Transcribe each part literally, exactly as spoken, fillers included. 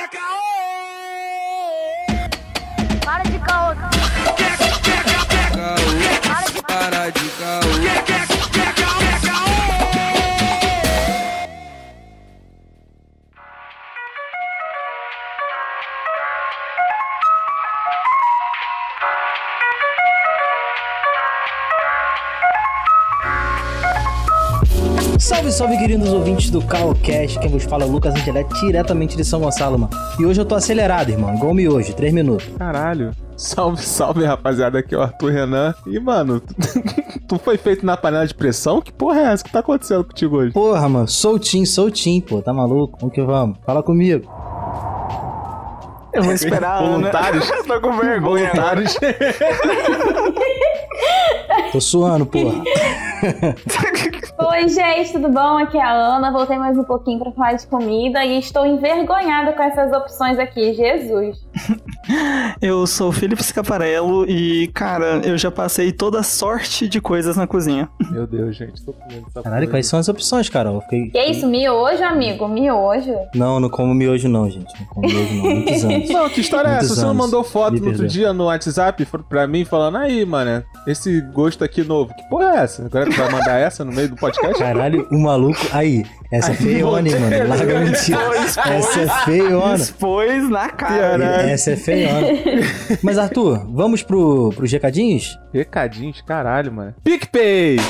Para de caô. Para de caô. Salve, salve, queridos ouvintes do CaoCast. Quem vos fala é o Lucas Angelet, diretamente de São Gonçalo, mano. E hoje eu tô acelerado, irmão, igual o miojo, três minutos. Caralho. Salve, salve, rapaziada. Aqui é o Arthur Renan. E, mano, tu foi feito na panela de pressão? Que porra é essa? O que tá acontecendo contigo hoje? Porra, mano, soltinho, soltinho, pô, tá maluco? Vamos que vamos. Fala comigo. Eu vou esperar, Voluntários? Ana. Tô com vergonha. Voluntários? Tô suando, porra. Oi, gente, tudo bom? Aqui é a Ana. Voltei mais um pouquinho pra falar de comida e estou envergonhada com essas opções aqui. Jesus. Eu sou o Felipe Scaparello e, cara, eu já passei toda sorte de coisas na cozinha. Meu Deus, gente, tô comendo essa Caralho, porra. quais são as opções, Carol? Fiquei... Que é isso, miojo, amigo? Miojo? Não, não como miojo não, gente. Não como miojo não, muitos anos. Não, que história é essa? Muitos Você não anos. mandou foto Me no outro perdoa. dia no WhatsApp pra mim falando, aí, mano, esse gosto aqui novo. Que porra é essa? Agora tu vai mandar essa no meio do podcast? Caralho, o maluco... Aí, essa é feiona, hein, mano. Larga a mentira. Essa é feiona. Expôs na cara. Essa é feiona. Mas, Arthur, vamos pro, pros recadinhos? Recadinhos, caralho, mano. PicPay!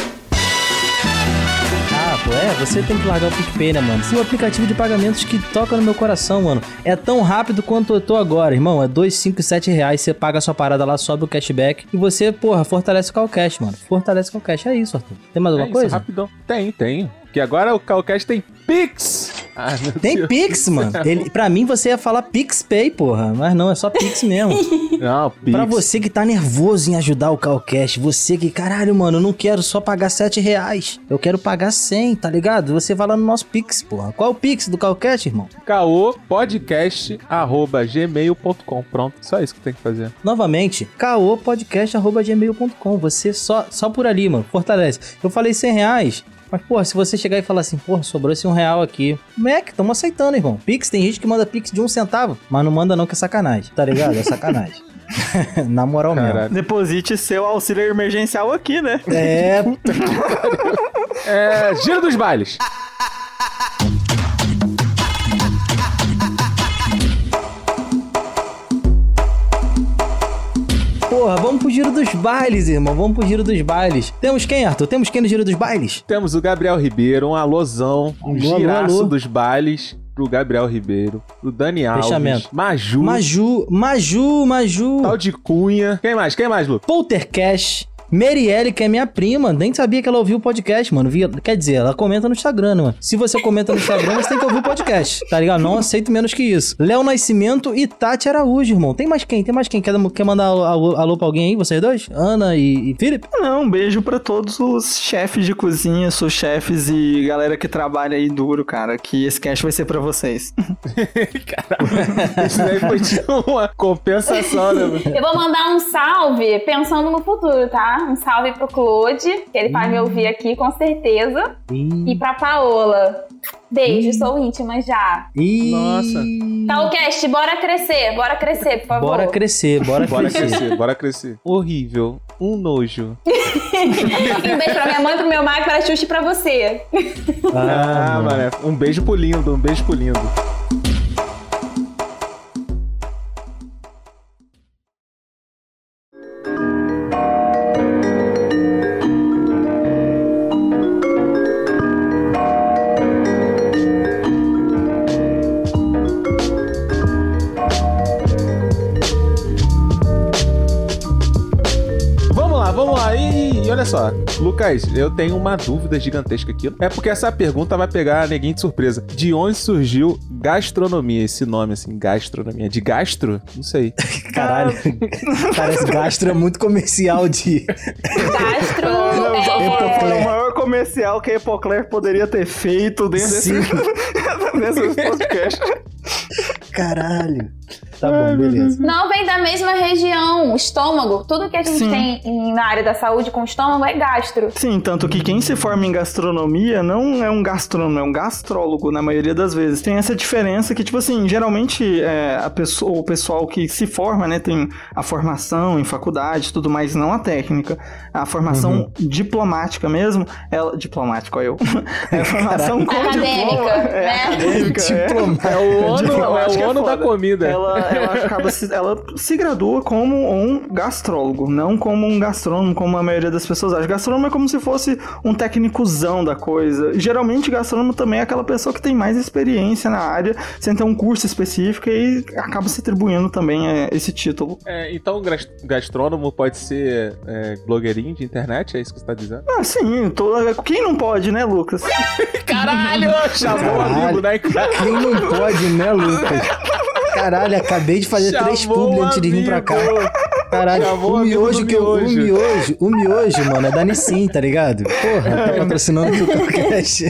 Ah, pô, é, você tem que largar o PicPay, né, mano? Esse é o aplicativo de pagamentos que toca no meu coração, mano. É tão rápido quanto eu tô agora, irmão. É dois, cinco e sete reais, você paga a sua parada lá, sobe o cashback e você, porra, fortalece o CaoCast, mano. Fortalece o CaoCast, é isso, Arthur. Tem mais É alguma isso, coisa? rapidão. Tem, tem. Porque agora o CaoCast tem Pix! Ah, meu Tem Deus. Pix, mano. Ele, pra mim, você ia falar PixPay, porra. Mas não, é só Pix mesmo. Não, Pix. Pra você que tá nervoso em ajudar o CaoCast, você que, caralho, mano, eu não quero só pagar sete reais. Eu quero pagar cem, tá ligado? Você vai lá no nosso Pix, porra. Qual é o Pix do CaoCast, irmão? caopodcast arroba gmail ponto com. Pronto, só isso que tem que fazer. Novamente, caopodcast arroba gmail ponto com. Você só, só por ali, mano, fortalece. Eu falei cem reais, mas, porra, se você chegar e falar assim, porra, sobrou esse um real aqui. Mac, tamo aceitando, irmão. Pix, tem gente que manda Pix de um centavo, mas não manda não, que é sacanagem, tá ligado? É sacanagem. Na moral mesmo. Caralho. Deposite seu auxílio emergencial aqui, né? É, É, giro dos bailes. porra, vamos pro giro dos bailes, irmão. Vamos pro giro dos bailes. Temos quem, Arthur? Temos quem no giro dos bailes? Temos o Gabriel Ribeiro, um alôzão, um Alô, giraço alô, alô. dos bailes pro Gabriel Ribeiro, pro Dani Alves, Fechamento. Maju, Maju, Maju, Maju. tal de Cunha. Quem mais? Quem mais, Lu? Poltercast. Merielle, que é minha prima, nem sabia que ela ouvia o podcast, mano. Via, quer dizer, ela comenta no Instagram, né, mano? Se você comenta no Instagram, você tem que ouvir o podcast, tá ligado? Não aceito menos que isso. Léo Nascimento e Tati Araújo, irmão. Tem mais quem? Tem mais quem? Quer, quer mandar alô, alô, alô pra alguém aí, vocês dois? Ana e, e Felipe? Não, um beijo pra todos os chefes de cozinha, seus chefes e galera que trabalha aí duro, cara, que esse cast vai ser pra vocês. Caralho, isso daí foi tipo uma compensação, né, mano? Eu vou mandar um salve pensando no futuro, tá? Um salve pro Claude, que ele vai me ouvir aqui com certeza. E pra Paola. Beijo, sou íntima já. Ih, Nossa. Talcast, bora crescer, bora crescer, por favor. Bora crescer, bora, Bora crescer. crescer, bora crescer. Horrível, um nojo. Um beijo pra minha mãe, pro meu Mike, pra Xuxa e pra você. Ah, mano. mano, um beijo pro lindo, um beijo pro lindo. Vamos lá, vamos lá. E, e olha só, Lucas, eu tenho uma dúvida gigantesca aqui. É porque essa pergunta vai pegar a neguinho de surpresa. De onde surgiu gastronomia? Esse nome, assim, gastronomia. De gastro? Não sei. Caralho. Parece gastro é muito comercial de... Gastro. Não, é... só foi Epocler. o maior comercial que a Epocler poderia ter feito dentro desse, Sim. desse podcast. Caralho. Tá bom, beleza. Não vem da mesma região, estômago. Tudo que a gente Sim. tem em- na área da saúde com estômago é gastro. Sim, tanto que quem se forma em gastronomia não é um gastrônomo, é um gastrólogo na maioria das vezes. Tem essa diferença que, tipo assim, geralmente é, a pessoa, o pessoal que se forma, né, tem a formação em faculdade e tudo mais, não a técnica. A formação Uhum. diplomática mesmo, ela... Diplomática, ó eu. É a formação com Acadêmica, diploma. É, né? acadêmica, é. Diploma- É o ONU, é Diplomática o é ONU da foda. comida. Ela, ela acaba se, ela se gradua como um gastrólogo, não como um gastrônomo, como a maioria das pessoas acha. Gastrônomo é como se fosse um técnicozão da coisa. Geralmente, gastrônomo também é aquela pessoa que tem mais experiência na área, sem ter um curso específico e acaba se atribuindo também é, esse título. É, então, gas- gastrônomo pode ser é, blogueirinho de internet? É isso que você tá dizendo? Ah, sim, tô- quem não pode, né, Lucas? Caralho! Chamou o Caralho. amigo, né, cara? Quem não pode, né, Lucas? Caralho, acabei de fazer três Chamou publi o antes de vir pra cá. amigo. Caralho, Chamou o o amigo miojo do que eu. O miojo. miojo, o miojo, mano, é da Nissin, tá ligado? Porra, tá patrocinando o podcast.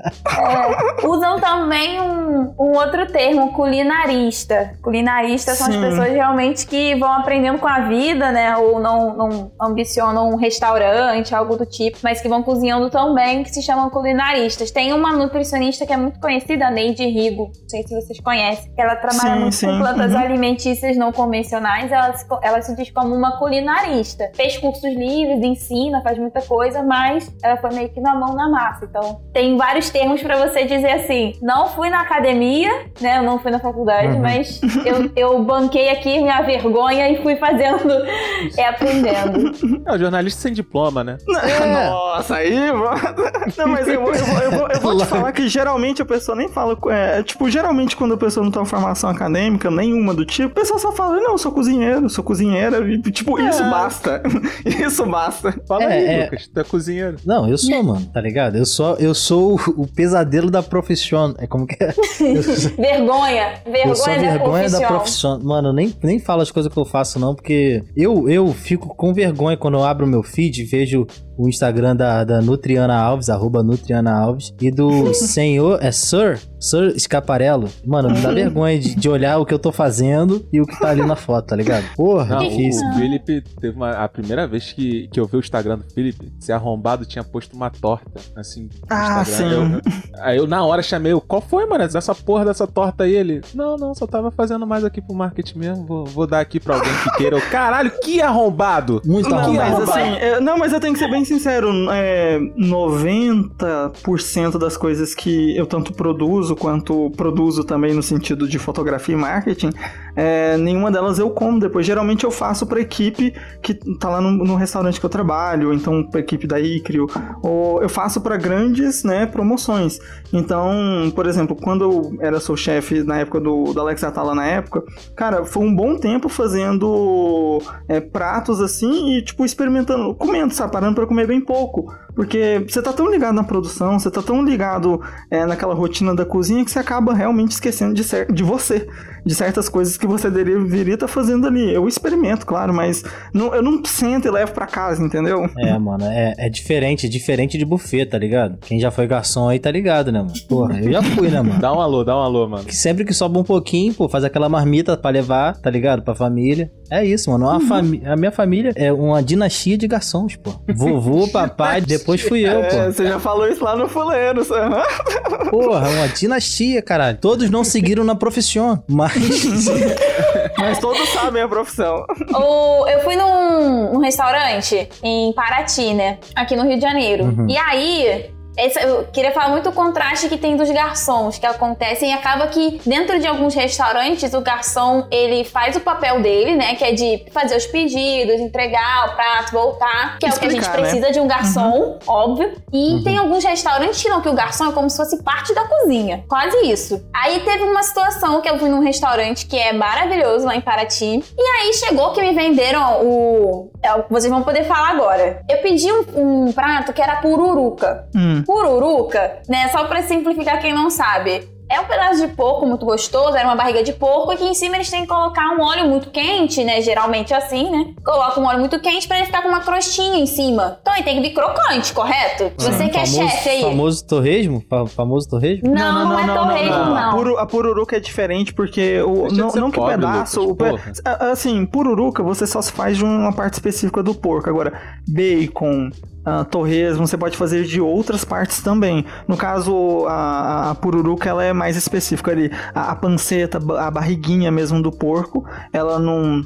É, usam também um, um outro termo, culinarista. Culinarista são Sim. as pessoas realmente que vão aprendendo com a vida, né? Ou não, não ambicionam um restaurante, algo do tipo, mas que vão cozinhando também, que se chamam culinaristas. Tem uma nutricionista que é muito conhecida, a Neide Rigo, não sei se vocês conhecem, que ela trabalha Sim, muito sim, com plantas uhum. alimentícias não convencionais, ela se, ela se diz como uma culinarista. Fez cursos livres, ensina, faz muita coisa, mas ela foi meio que na mão na massa. Então, tem vários termos pra você dizer assim, não fui na academia, né, eu não fui na faculdade, Uhum. mas eu, eu banquei aqui minha vergonha e fui fazendo, é, aprendendo. É, o jornalista sem diploma, né? É. Nossa, aí, mano. Não, mas eu vou, eu vou, eu vou, eu vou te falar que geralmente a pessoa nem fala. É, tipo, geralmente quando a pessoa não tem uma formação acadêmica, nenhuma do tipo, a pessoa só fala, não, eu sou cozinheiro, sou cozinheira. E, tipo, isso É. basta. Isso basta. Fala É, aí, é. Lucas. Tu é cozinheiro. Não, eu sou, mano, tá ligado? Eu sou, eu sou o, o pesadelo da profissão. É como que é? Eu sou, Vergonha, vergonha, eu sou a da vergonha da profissão. profissão. Mano, nem, nem falo as coisas que eu faço, não, porque eu, eu fico com vergonha quando eu abro o meu feed e vejo o Instagram da, da Nutriana Alves, arroba Nutriana Alves, e do senhor, é Sir? Sir Escaparello. Mano, me dá vergonha de, de olhar o que eu tô fazendo e o que tá ali na foto, tá ligado? Porra, Não, difícil. o Felipe teve uma. A primeira vez que, que eu vi o Instagram do Felipe, esse arrombado tinha posto uma torta, assim, no Ah, Instagram. Eu- aí eu, na hora, chamei o. Qual foi, mano? Essa porra dessa torta aí? Ele. Não, não, só tava fazendo mais aqui pro marketing mesmo. Vou, vou dar aqui pra alguém que queira. Eu, caralho, que arrombado! Muito Não, arrombado. mas assim, é, não, mas eu tenho que ser bem sincero, é, noventa por cento das coisas que eu tanto produzo quanto produzo também no sentido de fotografia e marketing, é, nenhuma delas eu como depois. Geralmente eu faço pra equipe que tá lá no, no restaurante que eu trabalho, ou então pra equipe da Icrio, ou eu faço pra grandes, né, promoções. Então, por exemplo, quando eu era sou chefe na época do, do Alex Atala na época, cara, foi um bom tempo fazendo é, pratos assim e, tipo, experimentando, comendo, sabe? Parando pra comer bem pouco. Porque você tá tão ligado na produção, você tá tão ligado é, naquela rotina da cozinha que você acaba realmente esquecendo de, cer- de você, de certas coisas que você deveria estar fazendo ali. Eu experimento, claro, mas não, eu não sento e levo pra casa, entendeu? É, mano, é, é diferente, é diferente de buffet, tá ligado? Quem já foi garçom aí tá ligado, né, mano? Porra, eu já fui, né, mano? Dá um alô, dá um alô, mano. Que sempre que sobra um pouquinho, pô, faz aquela marmita pra levar, tá ligado? Pra família. É isso, mano. Uma fami- a minha família é uma dinastia de garçons, pô. Vovô, papai, depois fui eu, É, pô. você já falou isso lá no fuleiro, sabe? Porra, uma dinastia, caralho. Todos não seguiram na profissão, mas... Mas todos sabem a profissão. O- eu fui num, num restaurante em Paraty, né? Aqui no Rio de Janeiro. Uhum. E aí, esse- eu queria falar muito o contraste que tem dos garçons que acontecem. E acaba que dentro de alguns restaurantes, o garçom, ele faz o papel dele, né? Que é de fazer os pedidos, entregar o prato, voltar. Que é o que a gente Explicar, né? precisa de um garçom, óbvio. E Uhum. tem alguns restaurantes que não, que o garçom é como se fosse parte da cozinha. Quase isso. Aí teve uma situação que eu fui num restaurante que é maravilhoso lá em Paraty. E aí chegou que me venderam o... é, vocês vão poder falar agora. Eu pedi um, um prato que era pururuca. Hum. Pururuca, né? Só pra simplificar quem não sabe. é um pedaço de porco muito gostoso, era uma barriga de porco, e que em cima eles têm que colocar um óleo muito quente, né? Geralmente assim, né? Coloca um óleo muito quente pra ele ficar com uma crostinha em cima. Então ele tem que vir crocante, correto? Sim. Você que é Famoso- chefe aí. Famoso torresmo? Fa- Famoso torresmo? Não, não, é torresmo, não. A, puru, a pururuca é diferente porque o, Deixa de não, ser não que o pobre, pedaço... Lucas, o pe- porra. a- assim, pururuca você só se faz de uma parte específica do porco. Agora, bacon... Uh, torresmo, você pode fazer de outras partes também. No caso, a, a pururuca, ela é mais específica ali. A, a panceta, a barriguinha mesmo do porco, ela num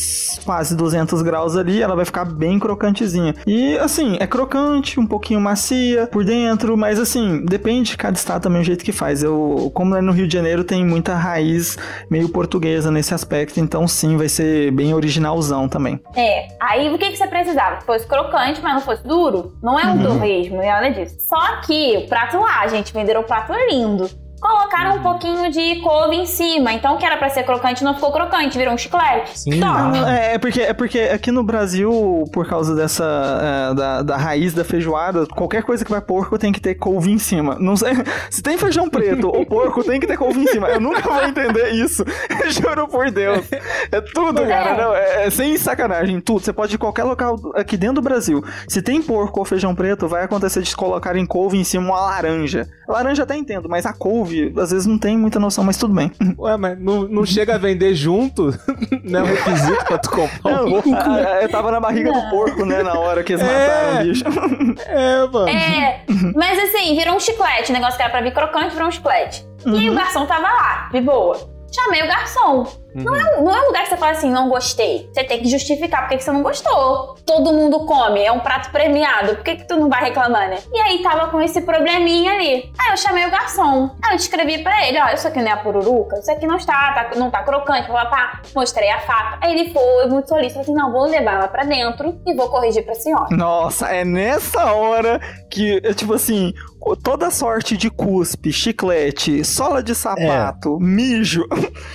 quase duzentos graus ali, ela vai ficar bem crocantezinha. E, assim, é crocante, um pouquinho macia por dentro, mas, assim, depende de cada estado também o jeito que faz. Eu, como é no Rio de Janeiro, tem muita raiz meio portuguesa nesse aspecto, então, sim, vai ser bem originalzão também. É, aí o que, que você precisava? Que fosse crocante, mas não fosse duro. Não é um Uhum. torresmo, não é nada disso. Só que o prato lá, gente, venderam um prato lindo. Colocaram um pouquinho de couve em cima. Então, o que era pra ser crocante não ficou crocante, virou um chiclete. Sim. Toma. É, é, porque, é porque aqui no Brasil, por causa dessa é, da, da raiz da feijoada, qualquer coisa que vai porco tem que ter couve em cima. Não sei, se tem feijão preto ou porco, tem que ter couve em cima. Eu nunca vou entender isso. Juro por Deus. É tudo, cara. Não, é, é sem sacanagem, tudo. Você pode ir em qualquer local aqui dentro do Brasil. Se tem porco ou feijão preto, vai acontecer de colocarem couve em cima uma laranja. Laranja até entendo, mas a couve às vezes não tem muita noção, mas tudo bem. Ué, mas não, não chega a vender junto? Não é um requisito pra tu comprar um Não, porco? a- a- eu tava na barriga do porco, né, na hora que eles É. mataram o bicho. É, mano. É, mas assim, virou um chiclete. O negócio que era pra vir crocante virou um chiclete. E aí o garçom tava lá, de boa. Chamei o garçom. Não, é, um- não é um lugar que você fala assim, não gostei. Você tem que justificar por que que você não gostou. Todo mundo come, é um prato premiado. Por que que tu não vai reclamar, né? E aí tava com esse probleminha ali. Aí eu chamei o garçom. Aí eu descrevi pra ele, ó, isso aqui não é a pururuca, isso aqui não está, tá- não tá crocante, pá, pá, pá. Mostrei a faca. Aí ele foi muito solícito, falou assim, não, vou levar ela pra dentro e vou corrigir pra senhora. Nossa, é nessa hora que, é tipo assim, toda sorte de cuspe, chiclete, sola de sapato, mijo,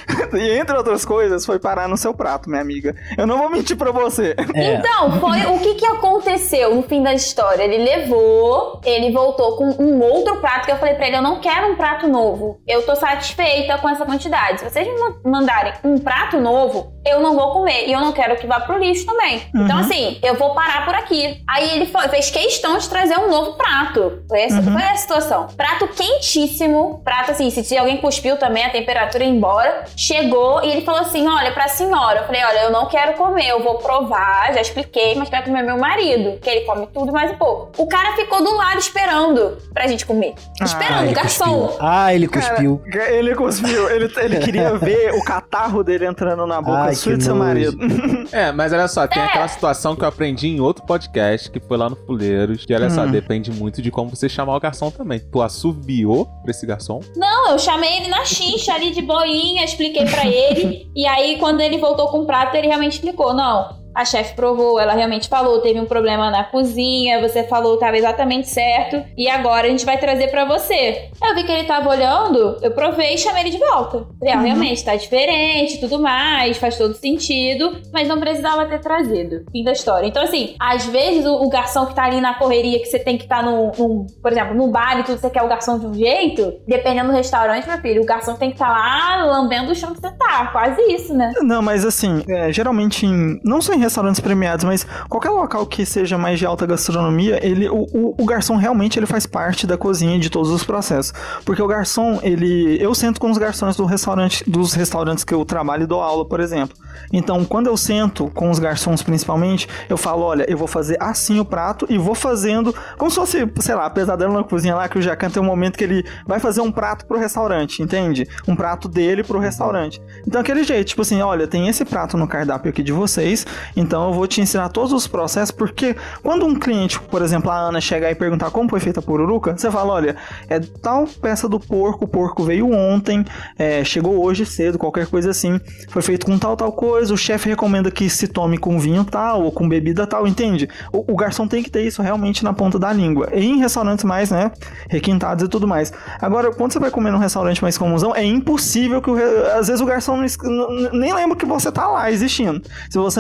e entre outras coisas, foi parar no seu prato, minha amiga. Eu não vou mentir pra você. É. Então, foi o que que aconteceu no fim da história. Ele levou, ele voltou com um outro prato que eu falei pra ele, eu não quero um prato novo. Eu tô satisfeita com essa quantidade. Se vocês me ma- mandarem um prato novo, eu não vou comer. E eu não quero que vá pro lixo também. Então, assim, eu vou parar por aqui. Aí ele foi- fez questão de trazer um novo prato. Foi essa, foi essa a situação. Prato quentíssimo. Prato, assim, se alguém cuspiu também, a temperatura ia embora. Chegou e ele falou assim, olha, pra senhora. Eu falei, olha, eu não quero comer, eu vou provar, já expliquei, mas vai comer meu marido, que ele come tudo mais um pouco. O cara ficou do lado esperando pra gente comer. Esperando, ele garçom. cuspiu. Ah, ele cuspiu. Cara, ele cuspiu. Ele, ele queria ver o catarro dele entrando na boca Ai, sua que de seu nojo. marido. É, mas olha só, tem É. aquela situação que eu aprendi em outro podcast, que foi lá no Fuleiros, que olha só, Hum. depende muito de como você chamar o garçom também. Tu assobiou pra esse garçom? Não, eu chamei ele na xincha ali de boinha, expliquei pra ele. E aí, quando ele voltou com o prato, ele realmente explicou. Não, a chefe provou, ela realmente falou, teve um problema na cozinha, você falou, tava exatamente certo. E agora a gente vai trazer pra você. Eu vi que ele tava olhando, eu provei e chamei ele de volta. Falei, ah, realmente, tá diferente, tudo mais, faz todo sentido. Mas não precisava ter trazido. Fim da história. Então, assim, às vezes o, o garçom que tá ali na correria, que você tem que estar tá no, no, por exemplo, no bar e tudo, você quer o garçom de um jeito, dependendo do restaurante, meu filho, o garçom tem que estar tá lá lambendo o chão que você tá. Quase isso, né? Não, mas assim, é, geralmente, em, não só em restaurantes premiados, mas qualquer local que seja mais de alta gastronomia, ele, o, o, o garçom realmente ele faz parte da cozinha de todos os processos. Porque o garçom, ele... Eu sento com os garçons do restaurante, dos restaurantes que eu trabalho e dou aula, por exemplo. Então, quando eu sento com os garçons principalmente, eu falo, olha, eu vou fazer assim o prato e vou fazendo, como se fosse, sei lá, pesadelo na cozinha lá, que o Jacan tem um momento que ele vai fazer um prato pro restaurante, entende? Um prato dele pro restaurante. Então, aquele jeito, tipo assim, olha, tem esse prato no cardápio aqui de vocês, então eu vou te ensinar todos os processos, porque quando um cliente, por exemplo, a Ana, chegar e perguntar como foi feita a pururuca, você fala, olha, é tal peça do porco, o porco veio ontem, é, chegou hoje cedo, qualquer coisa assim, foi feito com tal, tal coisa, o chefe recomenda que se tome com vinho tal, ou com bebida tal, entende? O, o garçom tem que ter isso realmente na ponta da língua, e em restaurantes mais, né, requintados e tudo mais. Agora, quando você vai comer num restaurante mais comunzão, é impossível que, o, às vezes, o garçom não, nem lembra que você tá lá existindo. Se você não chamar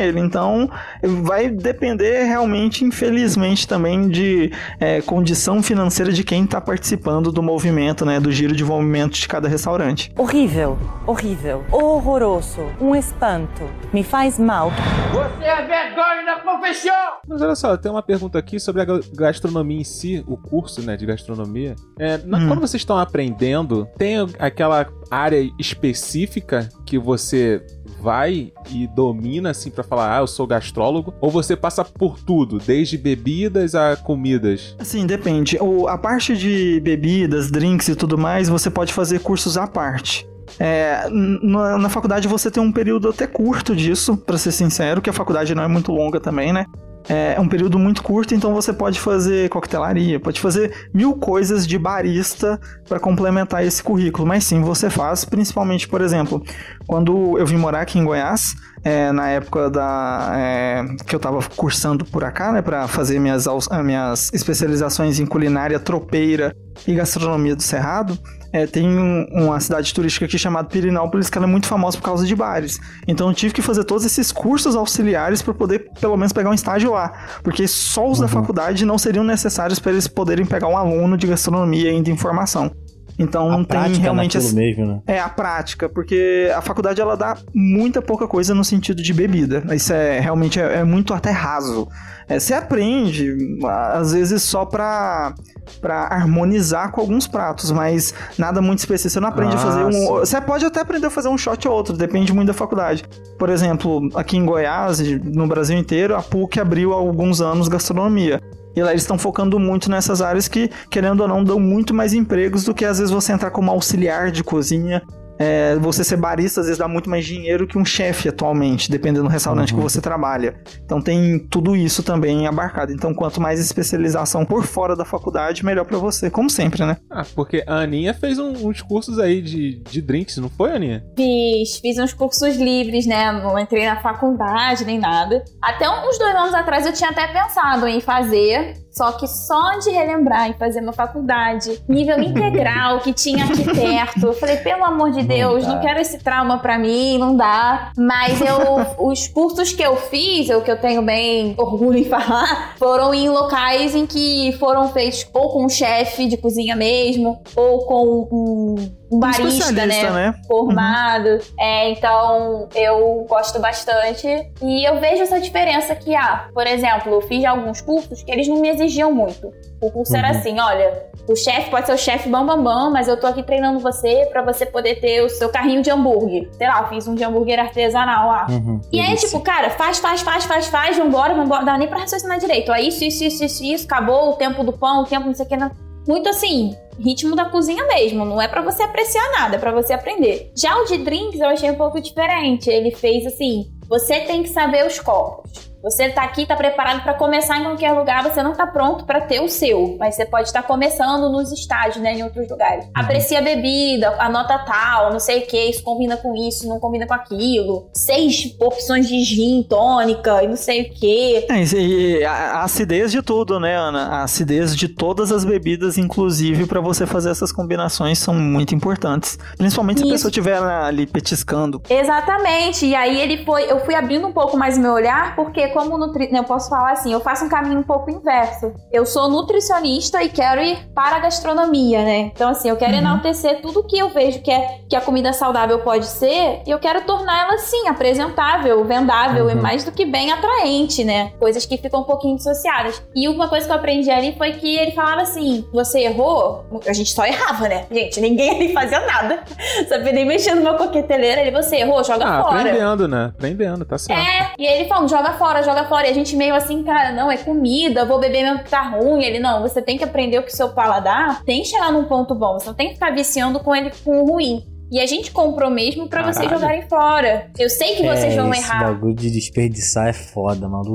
ele. Então, vai depender realmente, infelizmente, também de é, condição financeira de quem está participando do movimento, né, do giro de movimento de cada restaurante. Horrível, horrível, horroroso, um espanto, me faz mal. Você é vergonha da profissão! Mas olha só, tem uma pergunta aqui sobre a gastronomia em si, o curso, né, de gastronomia. É, na, hum. Quando vocês estão aprendendo, tem aquela área específica que você vai e domina, assim, pra falar, ah, eu sou gastrólogo? Ou você passa por tudo, desde bebidas a comidas? Assim, depende. O, a parte de bebidas, drinks e tudo mais, você pode fazer cursos à parte. É, na, na faculdade você tem um período até curto disso, pra ser sincero, que a faculdade não é muito longa também, né? É um período muito curto, então você pode fazer coquetelaria, pode fazer mil coisas de barista para complementar esse currículo. Mas sim, você faz, principalmente, por exemplo, quando eu vim morar aqui em Goiás, é, na época da, é, que eu estava cursando por acá, né, para fazer minhas, minhas especializações em culinária tropeira e gastronomia do Cerrado, é, tem um, uma cidade turística aqui chamada Pirinópolis, que ela é muito famosa por causa de bares. Então eu tive que fazer todos esses cursos auxiliares para poder pelo menos pegar um estágio lá, porque só os uhum. da faculdade não seriam necessários para eles poderem pegar um aluno de gastronomia e de informação. Então a não tem realmente esse... mesmo, né? É a prática, porque a faculdade ela dá muita pouca coisa no sentido de bebida. Isso é realmente é, é muito até raso. É, você aprende às vezes só pra, pra harmonizar com alguns pratos, mas nada muito específico. Você não aprende ah, a fazer um. Sim. Você pode até aprender a fazer um shot ou outro, depende muito da faculdade. Por exemplo, aqui em Goiás, no Brasil inteiro, a P U C abriu há alguns anos gastronomia. E lá eles estão focando muito nessas áreas que, querendo ou não, dão muito mais empregos do que às vezes você entrar como auxiliar de cozinha. É, você ser barista às vezes dá muito mais dinheiro que um chefe atualmente, dependendo do restaurante uhum. que você trabalha. Então tem tudo isso também abarcado. Então quanto mais especialização por fora da faculdade, melhor pra você, como sempre, né? Ah, porque a Aninha fez um, uns cursos aí de, de drinks, não foi, Aninha? Fiz, fiz uns cursos livres, né? Não entrei na faculdade nem nada. Até uns dois anos atrás eu tinha até pensado em fazer, só que só de relembrar em fazer uma faculdade, nível integral, que tinha aqui perto. Eu falei, pelo amor de Deus, não, não quero esse trauma pra mim, não dá. Mas eu, os cursos que eu fiz, o que eu tenho bem orgulho em falar, foram em locais em que foram feitos ou com um chefe de cozinha mesmo, ou com um, um barista, né, né? Formado. Uhum. É, então, eu gosto bastante. E eu vejo essa diferença que há. Por exemplo, eu fiz alguns cursos que eles não me exigiam muito. O curso uhum. era assim, olha, o chefe pode ser o chefe bam, bam, bam, mas eu tô aqui treinando você pra você poder ter o seu carrinho de hambúrguer. Sei lá, eu fiz um de hambúrguer artesanal lá. Uhum. E aí, tipo, cara, faz, faz, faz, faz, faz, vambora, vambora. Não dá nem pra raciocinar direito. Aí, isso, isso, isso, isso, isso, acabou o tempo do pão, o tempo não sei o que. Não. Muito assim, ritmo da cozinha mesmo. Não é pra você apreciar nada, é pra você aprender. Já o de drinks eu achei um pouco diferente. Ele fez assim, você tem que saber os copos. Você tá aqui, tá preparado pra começar em qualquer lugar, você não tá pronto pra ter o seu, mas você pode estar começando nos estágios, né, em outros lugares. Aprecia a bebida, a nota tal, não sei o que, isso combina com isso, não combina com aquilo. Seis opções de gin, tônica e não sei o que. É, e a acidez de tudo, né, Ana? A acidez de todas as bebidas, inclusive, pra você fazer essas combinações, são muito importantes. Principalmente se isso. a pessoa estiver ali petiscando. Exatamente, e aí ele foi, eu fui abrindo um pouco mais o meu olhar, porque como nutri... eu posso falar assim, eu faço um caminho um pouco inverso. Eu sou nutricionista e quero ir para a gastronomia, né? Então assim, eu quero uhum. enaltecer tudo que eu vejo que, é, que a comida saudável pode ser, e eu quero tornar ela assim, apresentável, vendável uhum. e mais do que bem atraente, né? Coisas que ficam um pouquinho dissociadas. E uma coisa que eu aprendi ali foi que ele falava assim, você errou? A gente só errava, né? Gente, ninguém ali fazia nada. Sabia nem mexer numa coqueteleira. Ele, você errou? Joga ah, fora. Aprendendo, né? Aprendendo, tá certo. É, e ele falando, joga fora, joga fora. E a gente meio assim, cara, não, é comida, vou beber mesmo que tá ruim. Ele, não, você tem que aprender o que o seu paladar tem que chegar num ponto bom. Você não tem que ficar viciando com ele com o ruim. E a gente comprou mesmo pra Caralho. vocês jogarem fora. Eu sei que vocês é, vão esse errar. Esse bagulho de desperdiçar é foda, maluco.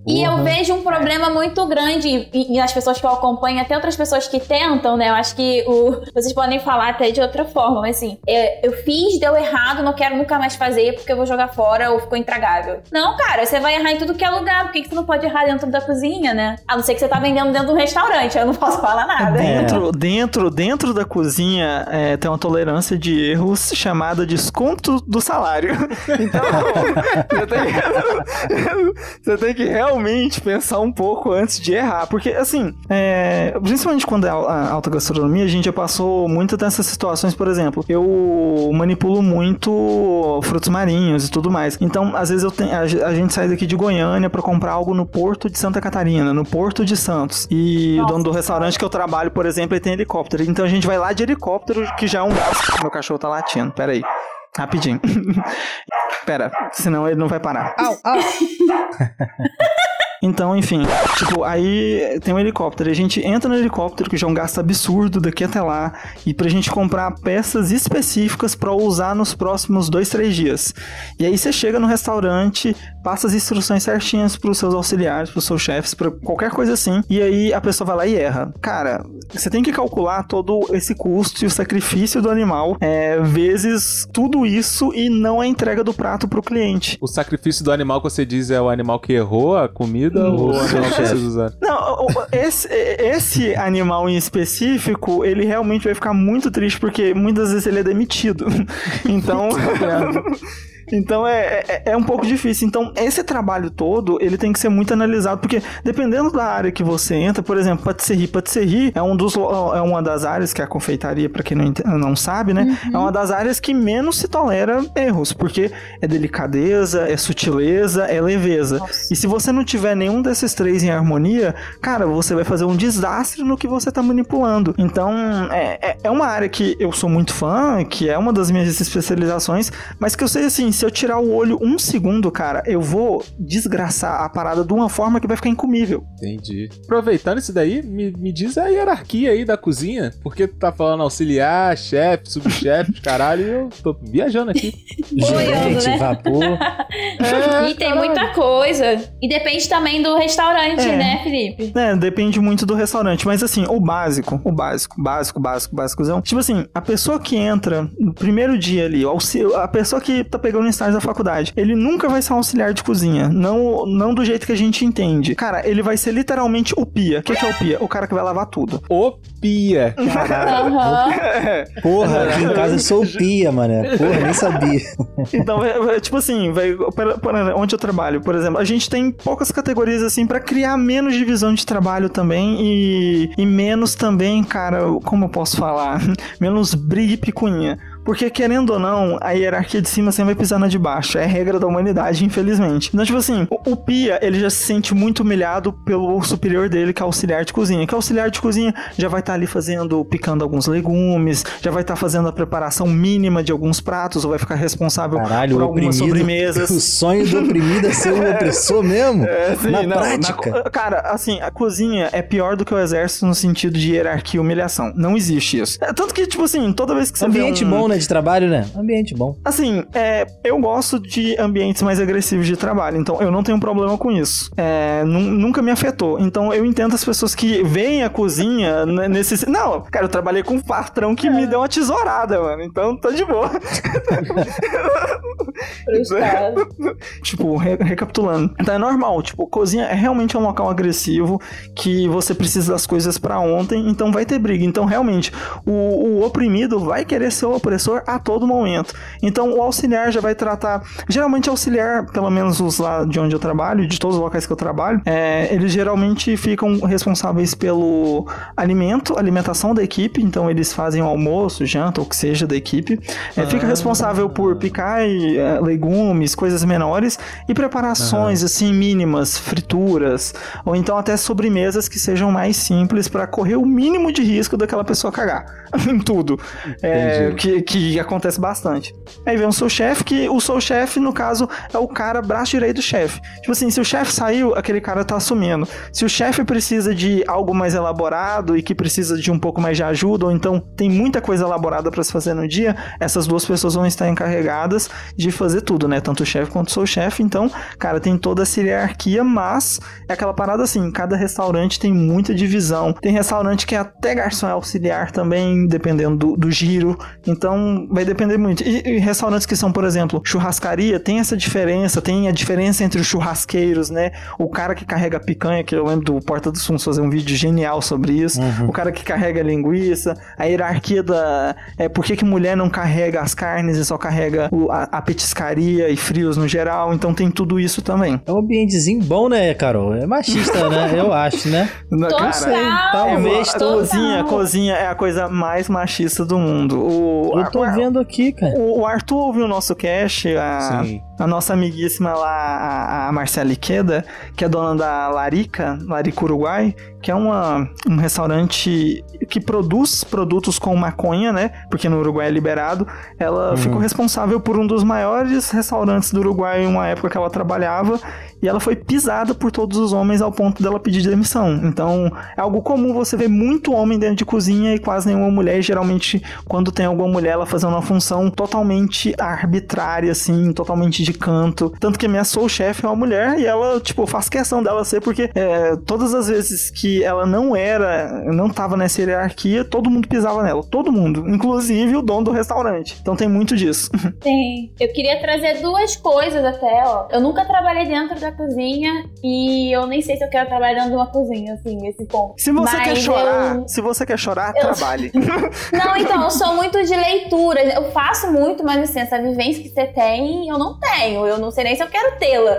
E eu vejo um problema muito grande e, e as pessoas que eu acompanho, até outras pessoas que tentam, né? Eu acho que o, vocês podem falar até de outra forma, mas assim, eu, eu fiz, deu errado, não quero nunca mais fazer porque eu vou jogar fora ou ficou intragável. Não, cara, você vai errar em tudo que é lugar. Por que, que você não pode errar dentro da cozinha, né? A não ser que você tá vendendo dentro de um restaurante, eu não posso falar nada. Dentro, dentro, dentro da cozinha é, tem uma tolerância de erros chamada desconto do salário. Então, você, tem, você tem que realmente pensar um pouco antes de errar. Porque, assim, é, principalmente quando é a alta gastronomia, a gente já passou muito dessas situações. Por exemplo, eu manipulo muito frutos marinhos e tudo mais. Então, às vezes eu tenho, a, a gente sai daqui de Goiânia pra comprar algo no Porto de Santa Catarina, no Porto de Santos. E Nossa, o dono do restaurante que eu trabalho, por exemplo, ele tem helicóptero. Então a gente vai lá de helicóptero, que já é um gasto. Meu cachorro tá latindo, pera aí. Rapidinho. Pera, senão ele não vai parar. Au, au. Então, enfim, tipo, aí tem um helicóptero, a gente entra no helicóptero, que já é um gasto absurdo daqui até lá, e pra gente comprar peças específicas pra usar nos próximos dois, três dias. E aí você chega no restaurante, passa as instruções certinhas pros seus auxiliares, pros seus chefes, pra qualquer coisa assim, e aí a pessoa vai lá e erra. Cara, você tem que calcular todo esse custo e o sacrifício do animal, é, vezes tudo isso e não a entrega do prato pro cliente. O sacrifício do animal que você diz é o animal que errou a comida? Ou o animal que vocês usaram? Não, esse, esse animal em específico, ele realmente vai ficar muito triste, porque muitas vezes ele é demitido. Então... Então é, é, é um pouco difícil. Então esse trabalho todo, ele tem que ser muito analisado, porque dependendo da área que você entra, por exemplo, patisserie, patisserie é, um dos, é uma das áreas que é a confeitaria, pra quem não, não sabe, né? Uhum. É uma das áreas que menos se tolera erros, porque é delicadeza, é sutileza, é leveza. Nossa. E se você não tiver nenhum desses três em harmonia, cara, você vai fazer um desastre no que você tá manipulando. Então é, é uma área que eu sou muito fã, que é uma das minhas especializações, mas que eu sei assim, se eu tirar o olho um segundo, cara, eu vou desgraçar a parada de uma forma que vai ficar incomível. Entendi. Aproveitando isso daí, me, me diz a hierarquia aí da cozinha, porque tu tá falando auxiliar, chefe, subchefe, caralho, e eu tô viajando aqui. Gente, né? Vapor. É, e tem caralho. Muita coisa. E depende também do restaurante, é. né, Felipe? É, depende muito do restaurante, mas assim, o básico, o básico, básico, básico, básicozão, tipo assim, a pessoa que entra no primeiro dia ali, a pessoa que tá pegando no estágio da faculdade, ele nunca vai ser um auxiliar de cozinha, não, não do jeito que a gente entende. Cara, ele vai ser literalmente o pia. O que, que é o pia? O cara que vai lavar tudo. O pia. Caralho. Uhum. Porra, aqui em casa eu sou o pia, mano. Porra, nem sabia. Então, é, é, tipo assim, vai, pra, pra onde eu trabalho, por exemplo, a gente tem poucas categorias assim pra criar menos divisão de trabalho também e, e menos também, cara, como eu posso falar? Menos briga e picuinha. Porque, querendo ou não, a hierarquia de cima sempre vai pisar na de baixo. É regra da humanidade, infelizmente. Então, tipo assim, o, o pia, ele já se sente muito humilhado pelo superior dele, que é o auxiliar de cozinha. Que o auxiliar de cozinha já vai estar tá ali fazendo, picando alguns legumes, já vai estar tá fazendo a preparação mínima de alguns pratos, ou vai ficar responsável Caralho, por algumas sobremesas. O sonho do oprimido é ser um opressor mesmo? É, sim, na não, prática. Na, cara, assim, a cozinha é pior do que o exército no sentido de hierarquia e humilhação. Não existe isso. É, tanto que, tipo assim, toda vez que você Ambiente vê um... bom, né? De trabalho, né? Ambiente bom. Assim, é, eu gosto de ambientes mais agressivos de trabalho, então eu não tenho problema com isso. É, nunca me afetou. Então eu entendo as pessoas que veem a cozinha nesse... Não, cara, eu trabalhei com um patrão que é. me deu uma tesourada, mano. Então tá de boa. Tipo, re- recapitulando. Então é normal. Tipo, cozinha é realmente um local agressivo que você precisa das coisas pra ontem, então vai ter briga. Então realmente, o, o oprimido vai querer ser o opressor a todo momento. Então o auxiliar já vai tratar... Geralmente auxiliar, pelo menos os lá de onde eu trabalho, de todos os locais que eu trabalho, é, eles geralmente ficam responsáveis pelo alimento, alimentação da equipe. Então eles fazem o almoço, janta, ou o que seja da equipe. É, ah. Fica responsável por picar e, é, legumes, coisas menores e preparações ah. assim mínimas, frituras, ou então até sobremesas que sejam mais simples para correr o mínimo de risco daquela pessoa cagar em tudo. É, que, que acontece bastante. Aí vem o seu chefe, que o seu chefe, no caso, é o cara braço direito do chefe. Tipo assim, se o chefe saiu, aquele cara tá assumindo. Se o chefe precisa de algo mais elaborado e que precisa de um pouco mais de ajuda, ou então tem muita coisa elaborada para se fazer no dia, essas duas pessoas vão estar encarregadas de fazer tudo, né? Tanto o chefe quanto o sous-chefe. Então, cara, tem toda essa hierarquia, mas é aquela parada assim, cada restaurante tem muita divisão. Tem restaurante que é até garçom auxiliar também, dependendo do, do giro. Então, vai depender muito. E, e restaurantes que são, por exemplo, churrascaria, tem essa diferença, tem a diferença entre os churrasqueiros, né? O cara que carrega picanha, que eu lembro do Porta dos Fundos fazer um vídeo genial sobre isso. Uhum. O cara que carrega linguiça, a hierarquia da... É, por que que mulher não carrega as carnes e só carrega o, a, a petiscaria e frios no geral? Então tem tudo isso também. É um ambientezinho bom, né, Carol? É machista, né? Eu acho, né? Total, cara, talvez. Total. Cozinha, cozinha é a coisa mais machista do mundo. O, eu tô a, vendo aqui, cara. O, o Arthur ouviu o nosso cast, a, a nossa amiguíssima lá, a, a Marcela Iqueda, que é dona da Larica, Larica Uruguai, que é uma, um restaurante que produz produtos com maconha, né? Porque no Uruguai é liberado. Ela uhum. ficou responsável por um dos maiores restaurantes do Uruguai em uma época que ela trabalhava, e ela foi pisada por todos os homens ao ponto dela pedir demissão. Então, é algo comum você ver muito homem dentro de cozinha e quase nenhuma mulher, e geralmente quando tem alguma mulher, ela fazendo uma função totalmente arbitrária, assim, totalmente de canto. Tanto que a minha sous-chefe é uma mulher, e ela, tipo, faz questão dela ser, porque é, todas as vezes que ela não era, não tava nessa hierarquia, todo mundo pisava nela, todo mundo, inclusive o dono do restaurante. Então tem muito disso. Tem. Eu queria trazer duas coisas até, ó. Eu nunca trabalhei dentro da cozinha e eu nem sei se eu quero trabalhar dentro de uma cozinha, assim, nesse ponto. Se você Mas quer chorar, eu... se você quer chorar, eu... trabalhe. Não, então, eu sou muito de leitura. Eu faço muito, mas assim, essa vivência que você tem, eu não tenho. Eu não sei nem se eu quero tê-la.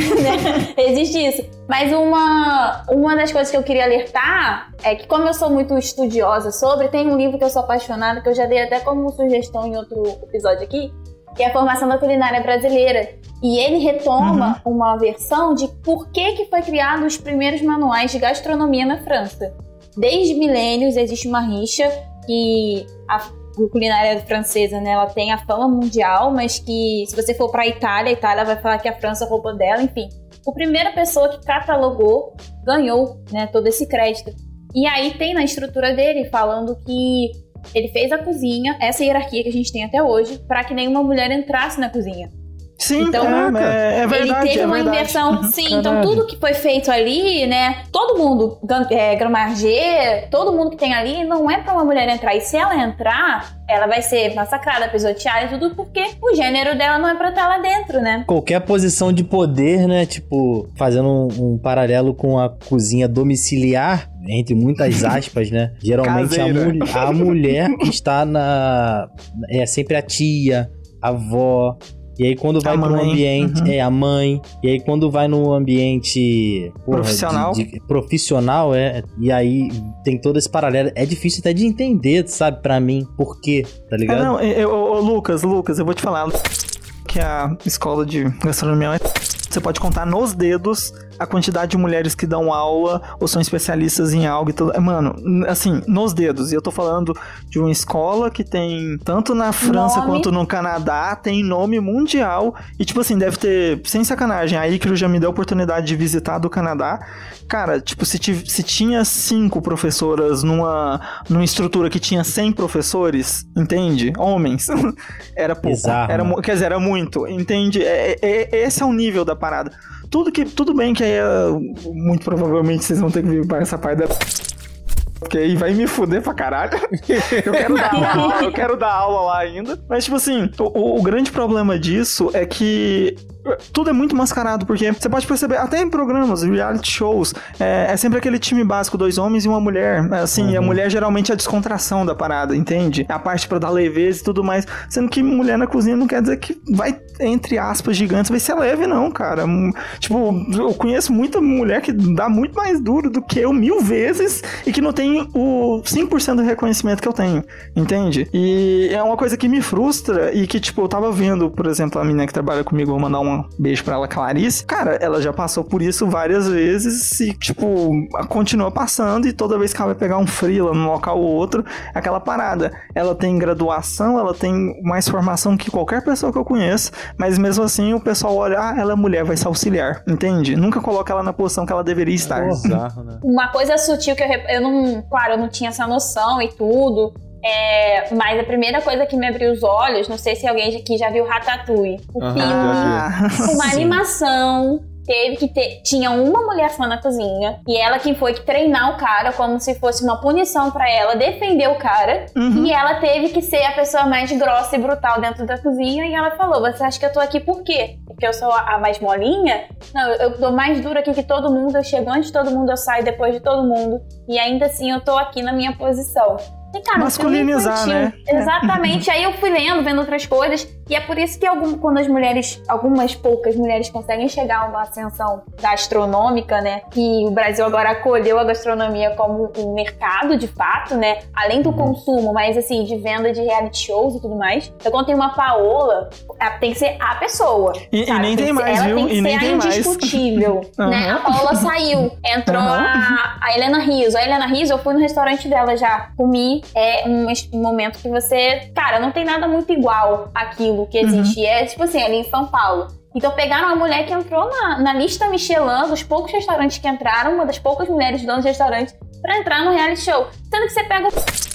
Existe isso. Mas uma, uma das coisas que eu queria alertar é que, como eu sou muito estudiosa sobre, tem um livro que eu sou apaixonada, que eu já dei até como sugestão em outro episódio aqui, que é a Formação da Culinária Brasileira. E ele retoma uhum. uma versão de por que, que foi criado os primeiros manuais de gastronomia na França. Desde milênios existe uma rixa que a culinária francesa, né, ela tem a fama mundial, mas que se você for para a Itália, a Itália vai falar que a França roubou dela, enfim. A primeira pessoa que catalogou ganhou, né, todo esse crédito. E aí tem na estrutura dele falando que ele fez a cozinha, essa hierarquia que a gente tem até hoje, para que nenhuma mulher entrasse na cozinha. Sim, então, é, é verdade, ele teve é uma verdade. inversão. Sim, Caralho. Então tudo que foi feito ali, né? Todo mundo, é, Grão-Margé, todo mundo que tem ali, não é pra uma mulher entrar. E se ela entrar, ela vai ser massacrada, pisoteada e tudo, porque o gênero dela não é pra estar lá dentro, né? Qualquer posição de poder, né? Tipo, fazendo um, um paralelo com a cozinha domiciliar, entre muitas aspas, né? Geralmente a, mu- a mulher que está na... é sempre a tia, a avó. E aí quando vai para um ambiente... Uhum. É, a mãe. E aí quando vai num ambiente... Porra, profissional. De, de, profissional, é. E aí tem todo esse paralelo. É difícil até de entender, sabe? Pra mim. Por quê? Tá ligado? É, não, eu, eu, eu, Lucas, Lucas, eu vou te falar que a escola de gastronomia é... Você pode contar nos dedos a quantidade de mulheres que dão aula ou são especialistas em algo e tudo. Mano, assim, nos dedos. E eu tô falando de uma escola que tem, tanto na França nome. quanto no Canadá, tem nome mundial. E, tipo assim, deve ter, sem sacanagem, a Icaro já me deu a oportunidade de visitar do Canadá. Cara, tipo, se, t- se tinha cinco professoras numa, numa estrutura que tinha cem professores, entende? Homens. Era pouco. Bizarro, era, né? Quer dizer, era muito, entende? É, é, é, esse é o nível da parada. Tudo que, tudo bem que aí, muito provavelmente vocês vão ter que vir para essa parte da... Porque aí vai me fuder pra caralho. Eu quero dar aula, eu quero dar aula lá ainda. Mas, tipo assim, o, o grande problema disso é que tudo é muito mascarado, porque você pode perceber, até em programas, reality shows, é, é sempre aquele time básico, dois homens e uma mulher, assim, uhum. E a mulher geralmente é a descontração da parada, entende? É a parte pra dar leveza e tudo mais, sendo que mulher na cozinha não quer dizer que vai, entre aspas, gigantes, vai ser leve, não, cara. Tipo, eu conheço muita mulher que dá muito mais duro do que eu, mil vezes, e que não tem o cinco por cento do reconhecimento que eu tenho, entende? E é uma coisa que me frustra, e que, tipo, eu tava vendo, por exemplo, a menina que trabalha comigo, vou mandar uma beijo pra ela, Clarice. Cara, ela já passou por isso várias vezes e, tipo, continua passando, e toda vez que ela vai pegar um freela num local ou outro, é aquela parada. Ela tem graduação, ela tem mais formação que qualquer pessoa que eu conheço, mas mesmo assim o pessoal olha, ah, ela é mulher, vai ser auxiliar, entende? Nunca coloca ela na posição que ela deveria estar. Bizarro, né? Uma coisa sutil que eu, eu não... Claro, eu não tinha essa noção e tudo, É, mas a primeira coisa que me abriu os olhos, não sei se alguém aqui já viu Ratatouille, o Aham, filme, Ah, com uma Sim. animação. Teve que ter, tinha uma mulher só na cozinha e ela que foi que treinar o cara como se fosse uma punição pra ela, defender o cara. Uhum. E ela teve que ser a pessoa mais grossa e brutal dentro da cozinha. E ela falou: você acha que eu tô aqui por quê? Porque eu sou a mais molinha? Não, eu dou mais dura aqui que todo mundo. Eu chego antes de todo mundo, eu saio depois de todo mundo. E ainda assim eu tô aqui na minha posição. E, cara, Masculinizar, um filme né? infantil. Exatamente. Aí eu fui lendo, vendo outras coisas. E é por isso que algum, quando as mulheres, algumas poucas mulheres conseguem chegar a uma ascensão gastronômica, né? Que o Brasil agora acolheu a gastronomia como um mercado, de fato, né? Além do consumo, mas assim, de venda de reality shows e tudo mais. Então, quando tem uma Paola, tem que ser a pessoa. E, e sabe? nem tem que ser- mais, ela viu? tem que E nem ser tem a mais. indiscutível, né? Aham. A Paola saiu, entrou Aham. a, a Helena Rizzo. A Helena Rizzo, eu fui no restaurante dela já, comi. É um, es- um momento que você... Cara, não tem nada muito igual àquilo que existe. É tipo assim, ali em São Paulo. Então pegaram uma mulher que entrou na, na lista Michelin dos poucos restaurantes que entraram, uma das poucas mulheres donas de restaurante, pra entrar no reality show. Sendo que você pega...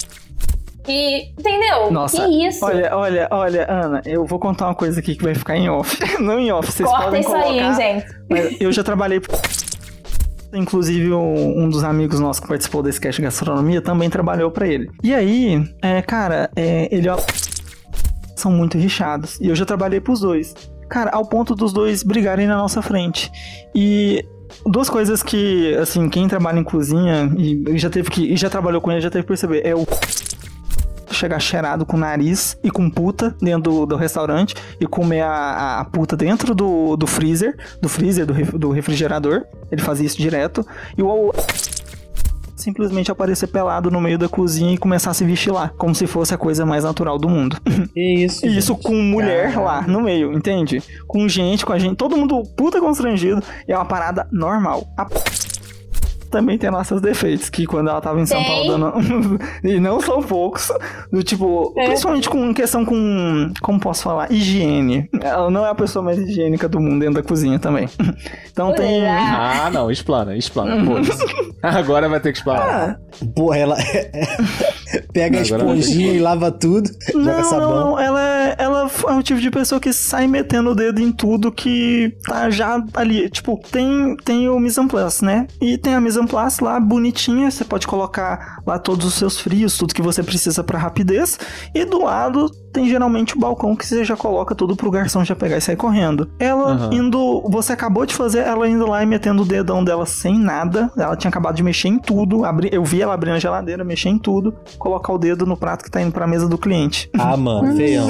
E... Entendeu? Nossa, que isso? olha, olha, olha, Ana, eu vou contar uma coisa aqui que vai ficar em off. Não em off, vocês Corta podem isso colocar. aí, hein, gente? Mas eu já trabalhei... Inclusive, um, um dos amigos nossos que participou desse cast de gastronomia também trabalhou pra ele. E aí, é, cara, é, ele são muito rixados. E eu já trabalhei pros dois. Cara, ao ponto dos dois brigarem na nossa frente. E duas coisas que, assim, quem trabalha em cozinha e já teve que, e já trabalhou com ele, já teve que perceber. É o chegar cheirado com nariz e com puta dentro do, do restaurante e comer a, a puta dentro do, do freezer, do freezer, do, ref, do refrigerador. Ele fazia isso direto. E o simplesmente aparecer pelado no meio da cozinha e começar a se vestir lá, como se fosse a coisa mais natural do mundo. Que isso, E isso gente. com mulher Caralho. lá no meio, entende? Com gente, com a gente, todo mundo puta constrangido. E é uma parada normal. A também tem nossos defeitos, que quando ela tava em São Tem. Paulo dando... e não são poucos, do tipo, É. principalmente com questão com, como posso falar, higiene. Ela não é a pessoa mais higiênica do mundo dentro da cozinha também. Então tem... Olá. Ah, não, explana, explana. Foda-se. Agora vai ter que explanar. Ah, Porra, ela pega a Agora vai ter esponjinha que- e lava tudo, joga não, sabão. não, não, ela é, ela é o tipo de pessoa que sai metendo o dedo em tudo que tá já ali. Tipo, tem, tem o mise en place, né? E tem a mise en place lá, bonitinha, você pode colocar lá todos os seus frios, tudo que você precisa pra rapidez. E do lado tem geralmente o balcão que você já coloca tudo pro garçom já pegar e sair correndo. Ela Aham. indo, você acabou de fazer, ela indo lá e metendo o dedão dela sem nada. Ela tinha acabado de mexer em tudo. Abri, eu vi ela abrindo a geladeira, mexer em tudo, colocar o dedo no prato que tá indo pra mesa do cliente. Ah, mano, feião.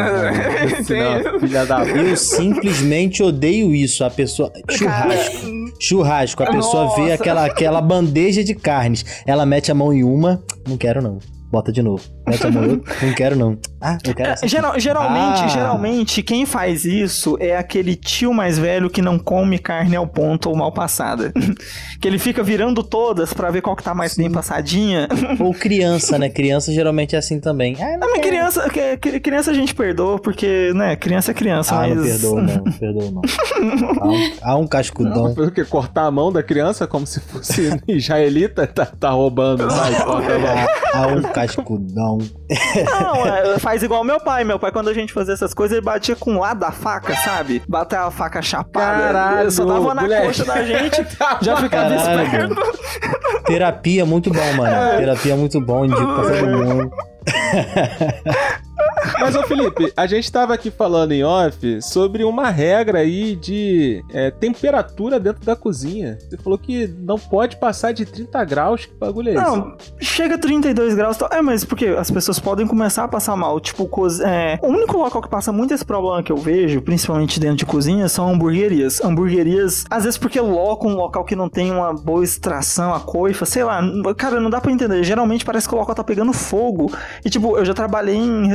Senão, filha da puta. Eu simplesmente odeio isso. A pessoa. Churrasco. Churrasco. A pessoa vê Nossa. aquela, aquela bandeja de carnes. Ela mete a mão em uma. Não quero, não. Bota de novo. Mete a mão em outra. Não quero, não. Ah, eu quero essa. Geral- geralmente, Ah. geralmente, quem faz isso é aquele tio mais velho que não come carne ao ponto ou mal passada. Que ele fica virando todas pra ver qual que tá mais bem passadinha. Ou criança, né? Criança geralmente é assim também. Ah, Não, mas criança, que- que- criança a gente perdoa, porque, né, criança é criança, Ah, mas... não perdoa, não. Não perdoa, não. Há um, há um cascudão. Foi o quê? Cortar a mão da criança como se fosse israelita? Tá, tá roubando. Vai, corta a mão. Há, há um cascudão. Não, é, faz igual meu pai. Meu pai, quando a gente fazia essas coisas, ele batia com o lado da faca, sabe? Bater a faca chapada. Caralho, Ele só dava na moleque. coxa da gente, já ficava Caralho, esperto. mano. Terapia é muito bom, mano. Terapia é muito bom. Indico pra todo mundo. Mas, ô Felipe, a gente tava aqui falando em off sobre uma regra aí de é, temperatura dentro da cozinha. Você falou que não pode passar de trinta graus. Que bagulho é esse? Não, chega a trinta e dois graus. Tal. É, mas porque as pessoas podem começar a passar mal. Tipo, cozi- é, o único local que passa muito esse problema que eu vejo, principalmente dentro de cozinha, são hamburguerias. Hamburguerias, às vezes porque locam um local que não tem uma boa extração, a coifa, sei lá. Cara, não dá pra entender. Geralmente parece que o local tá pegando fogo. E tipo, eu já trabalhei em restaurantes que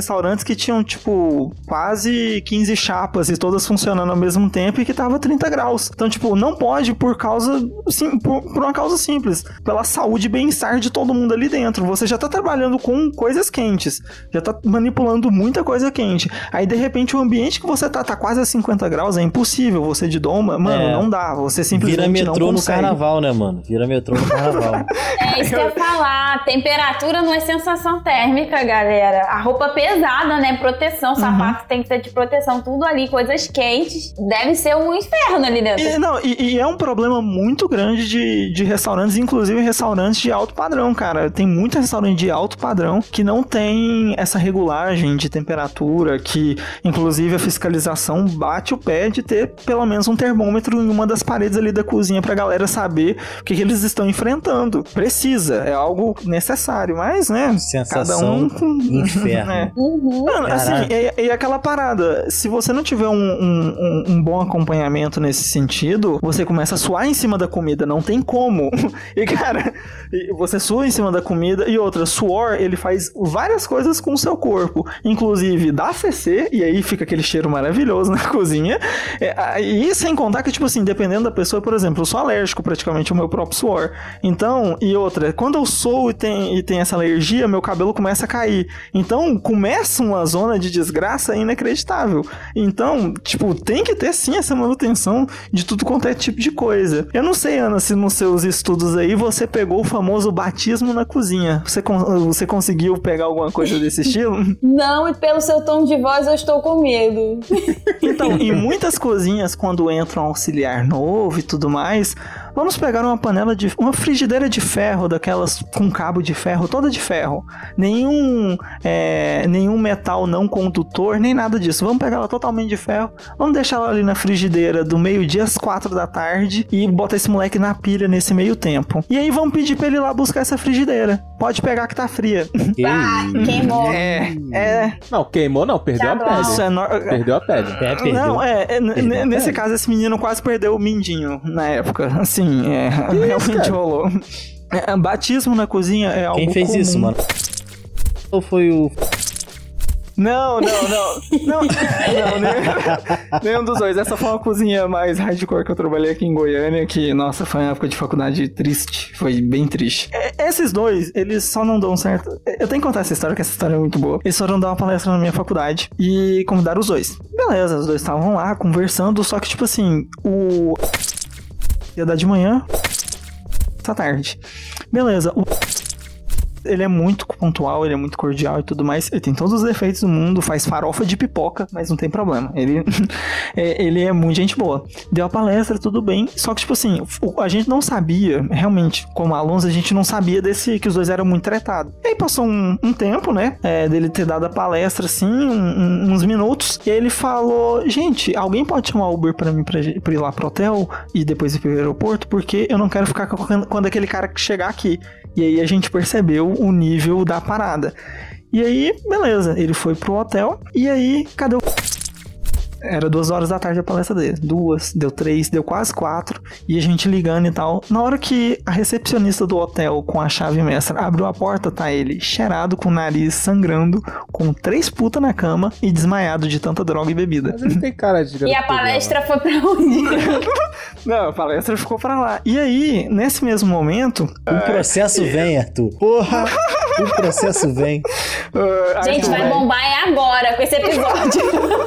que tinham, tipo, quase quinze chapas e todas funcionando ao mesmo tempo e que tava trinta graus. Então, tipo, não pode por causa, sim, por, por uma causa simples, pela saúde e bem-estar de todo mundo ali dentro. Você já tá trabalhando com coisas quentes, já tá manipulando muita coisa quente. Aí, de repente, o ambiente que você tá, tá quase a cinquenta graus, é impossível. Você de doma, mano, É. não dá. Você simplesmente Vira não metrô no consegue. carnaval, né, mano? Vira metrô no carnaval. É isso que eu ia falar. Temperatura não é sensação térmica, galera. A roupa pesada, né? Proteção, sapato tem que ter de proteção, tudo ali, coisas quentes. Deve ser um inferno ali dentro. E, não, e, e é um problema muito grande de, de restaurantes, inclusive restaurantes de alto padrão, cara. Tem muito restaurante de alto padrão que não tem essa regulagem de temperatura, que inclusive a fiscalização bate o pé de ter pelo menos um termômetro em uma das paredes ali da cozinha pra galera saber o que, que eles estão enfrentando. Precisa, é algo necessário, mas, né, Sensação cada um... inferno. É. Uhum. Mano, assim, Caraca. e, e aquela parada, se você não tiver um, um, um, um bom acompanhamento nesse sentido, você começa a suar em cima da comida, não tem como. E, cara, e você sua em cima da comida, e outra, suor, ele faz várias coisas com o seu corpo, inclusive dá C C, e aí fica aquele cheiro maravilhoso na cozinha, é, e sem contar que, tipo assim, dependendo da pessoa, por exemplo, eu sou alérgico praticamente ao meu próprio suor, então, e outra, quando eu sou e tem, e tem essa alergia, meu cabelo começa a cair, então começa uma zona de desgraça inacreditável. Então, tipo, tem que ter sim essa manutenção de tudo quanto é tipo de coisa. Eu não sei, Ana, se nos seus estudos aí você pegou o famoso batismo na cozinha. Você, con- você conseguiu pegar alguma coisa desse estilo? Não, e pelo seu tom de voz eu estou com medo. Então, em muitas cozinhas, quando entra um auxiliar novo e tudo mais, vamos pegar uma panela de... uma frigideira de ferro, daquelas com cabo de ferro, toda de ferro. Nenhum, é, nenhum metal não condutor, nem nada disso. Vamos pegar ela totalmente de ferro, vamos deixar ela ali na frigideira do meio-dia às quatro da tarde e botar esse moleque na pilha nesse meio tempo. E aí vamos pedir pra ele ir lá buscar essa frigideira. Pode pegar que tá fria. Que Ah, isso? queimou. É, é... Não, queimou não, perdeu Já a pele. Isso é... No... Perdeu a pele. É, perdeu. Não, é, é, n- Perdeu a nesse pele. caso, esse menino quase perdeu o mindinho na época. Assim, é, realmente cara? rolou. É, batismo na cozinha é algo Quem fez comum. isso, mano? Ou foi o... Não, não, não. Não, não nem- nenhum dos dois. Essa foi uma cozinha mais hardcore que eu trabalhei aqui em Goiânia, que, nossa, foi uma época de faculdade triste. Foi bem triste. É, esses dois, eles só não dão certo. Eu tenho que contar essa história, que essa história é muito boa. Eles foram dar uma palestra na minha faculdade e convidaram os dois. Beleza, os dois estavam lá conversando, só que, tipo assim, o... ia dar de manhã, essa tarde. Beleza, o... ele é muito pontual, ele é muito cordial e tudo mais. Ele tem todos os defeitos do mundo, faz farofa de pipoca, mas não tem problema. Ele é, ele é muito gente boa. Deu a palestra, tudo bem. Só que, tipo assim, o- a gente não sabia, realmente, como alunos, a gente não sabia desse que os dois eram muito tretados. E aí passou um, um tempo, né? É, dele ter dado a palestra, assim, um- um- uns minutos. E ele falou: gente, alguém pode chamar Uber pra mim pra, pra ir lá pro hotel e depois ir pro aeroporto? Porque eu não quero ficar quando, quando aquele cara chegar aqui. E aí a gente percebeu o nível da parada. E aí, beleza, ele foi pro hotel. E aí, cadê o... Era duas horas da tarde a palestra dele. Duas, deu três, deu quase quatro. E a gente ligando e tal. Na hora que a recepcionista do hotel, com a chave mestra, abriu a porta, tá ele cheirado, com o nariz sangrando, com três putas na cama e desmaiado de tanta droga e bebida. Mas ele tem cara de E a palestra foi pra onde? Não, a palestra ficou pra lá. E aí, nesse mesmo momento... O processo vem, Arthur. Porra! O processo vem. uh, Gente, Arthur, vai bombar é agora com esse episódio.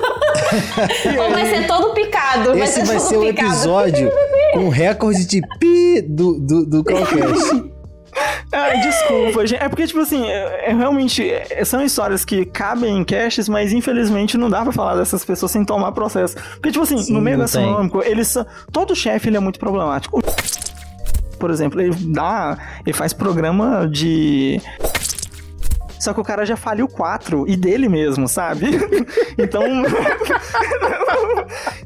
Ou vai ser todo picado. Vai Esse ser vai todo ser o picado. episódio com recorde de pi do, do, do Callcast. Ai, desculpa, gente. É porque, tipo assim, é, é realmente... é- são histórias que cabem em caches, mas infelizmente não dá pra falar dessas pessoas sem tomar processo. Porque, tipo assim, Sim, no meio não gastronômico, eles são... todo chefe, ele é muito problemático. O por exemplo, ele dá... ele faz programa de... Só que o cara já faliu quatro, e dele mesmo, sabe? Então...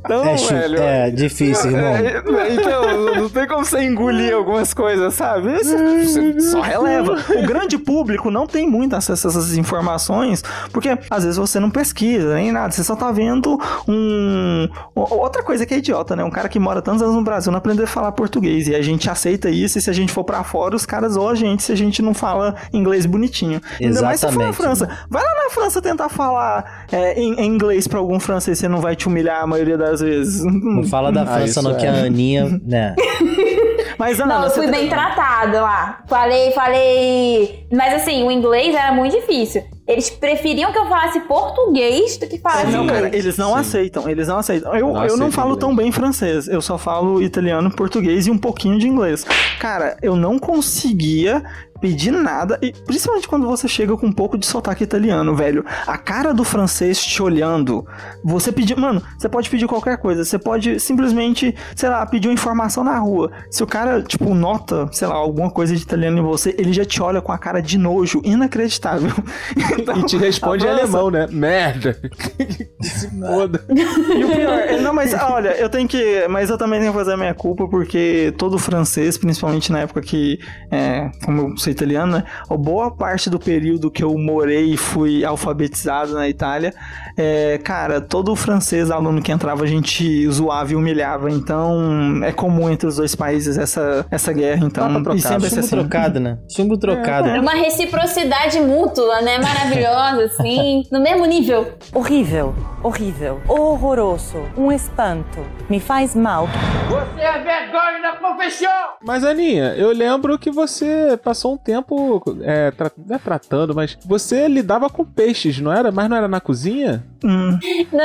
Então, é, chu- velho... é difícil, irmão. É, então, não tem como você engolir algumas coisas, sabe? Você, você só releva. O grande público não tem muito acesso a essas informações, porque às vezes você não pesquisa, nem nada. Você só tá vendo um... Outra coisa que é idiota, né? Um cara que mora tantos anos no Brasil não aprendeu a falar português. E a gente aceita isso, e se a gente for pra fora, os caras zoam a gente se a gente não fala inglês bonitinho. Ainda mais se for na França. Vai lá na França tentar falar é, em, em inglês pra algum francês, você não vai te humilhar a maioria das vezes. Não fala da França, ah, não, é. que a Aninha, né? Mas, Ana, não, eu fui bem tratada lá. Falei, falei... Mas assim, o inglês era muito difícil. Eles preferiam que eu falasse português do que falasse não, inglês. Cara, eles não Sim. aceitam, eles não aceitam. Eu não, eu não falo inglês. tão bem francês, eu só falo italiano, português e um pouquinho de inglês. Cara, eu não conseguia pedir nada, e principalmente quando você chega com um pouco de sotaque italiano, velho. A cara do francês te olhando, você pedir... Mano, você pode pedir qualquer coisa, você pode simplesmente, sei lá, pedir uma informação na rua. Se o cara, tipo, nota, sei lá, alguma coisa de italiano em você, ele já te olha com a cara de nojo inacreditável. Então, e te responde em alemão, né? Merda. Se foda. E o pior, não, mas olha, eu tenho que... Mas eu também tenho que fazer a minha culpa, porque todo francês, principalmente na época que, é, como eu sou italiano, né? A boa parte do período que eu morei e fui alfabetizado na Itália, é, cara, todo francês, aluno que entrava, a gente zoava e humilhava. Então, é comum entre os dois países essa, essa guerra, então... Ah, e sempre Chumbo assim. trocado, né? Chumbo trocado. É, é. Uma reciprocidade mútua, né? Maravilhosa, assim. No mesmo nível. Horrível, horrível, horroroso, um espanto, me faz mal. Você é vergonha da profissão! Mas, Aninha, eu lembro que você passou um tempo, é, tra- não é tratando, mas você lidava com peixes, não era? Mas não era na cozinha? Hum.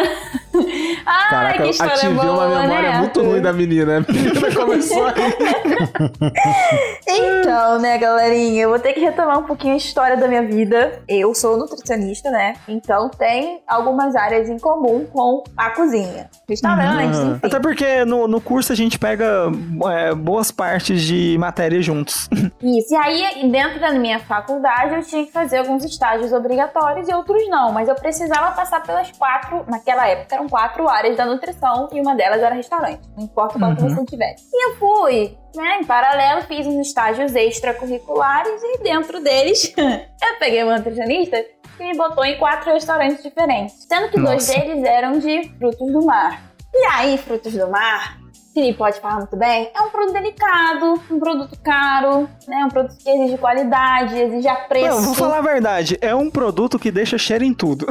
Ai, Caraca, que história ativei boa, uma memória né? muito ruim da menina. A menina começou a... Então, né, galerinha, eu vou ter que retomar um pouquinho a história da minha vida. Eu sou nutricionista, né? Então tem algumas áreas em comum com a cozinha. Restaurantes, uhum. enfim. Até porque no, no curso a gente pega é, boas partes de matéria juntos. Isso, e aí dentro da minha faculdade eu tinha que fazer alguns estágios obrigatórios e outros não, mas eu precisava passar pelas quatro, naquela época eram quatro áreas da nutrição e uma delas era restaurante, não importa qual que uhum. você tivesse. E eu fui, né, em paralelo, fiz uns estágios extracurriculares e dentro deles eu peguei uma nutricionista que me botou em quatro restaurantes diferentes, sendo que Nossa. dois deles eram de frutos do mar. E aí, frutos do mar, Felipe pode falar muito bem, é um produto delicado, um produto caro, né? Um produto que exige qualidade, exige apreço. Não, vou falar a verdade, é um produto que deixa cheiro em tudo.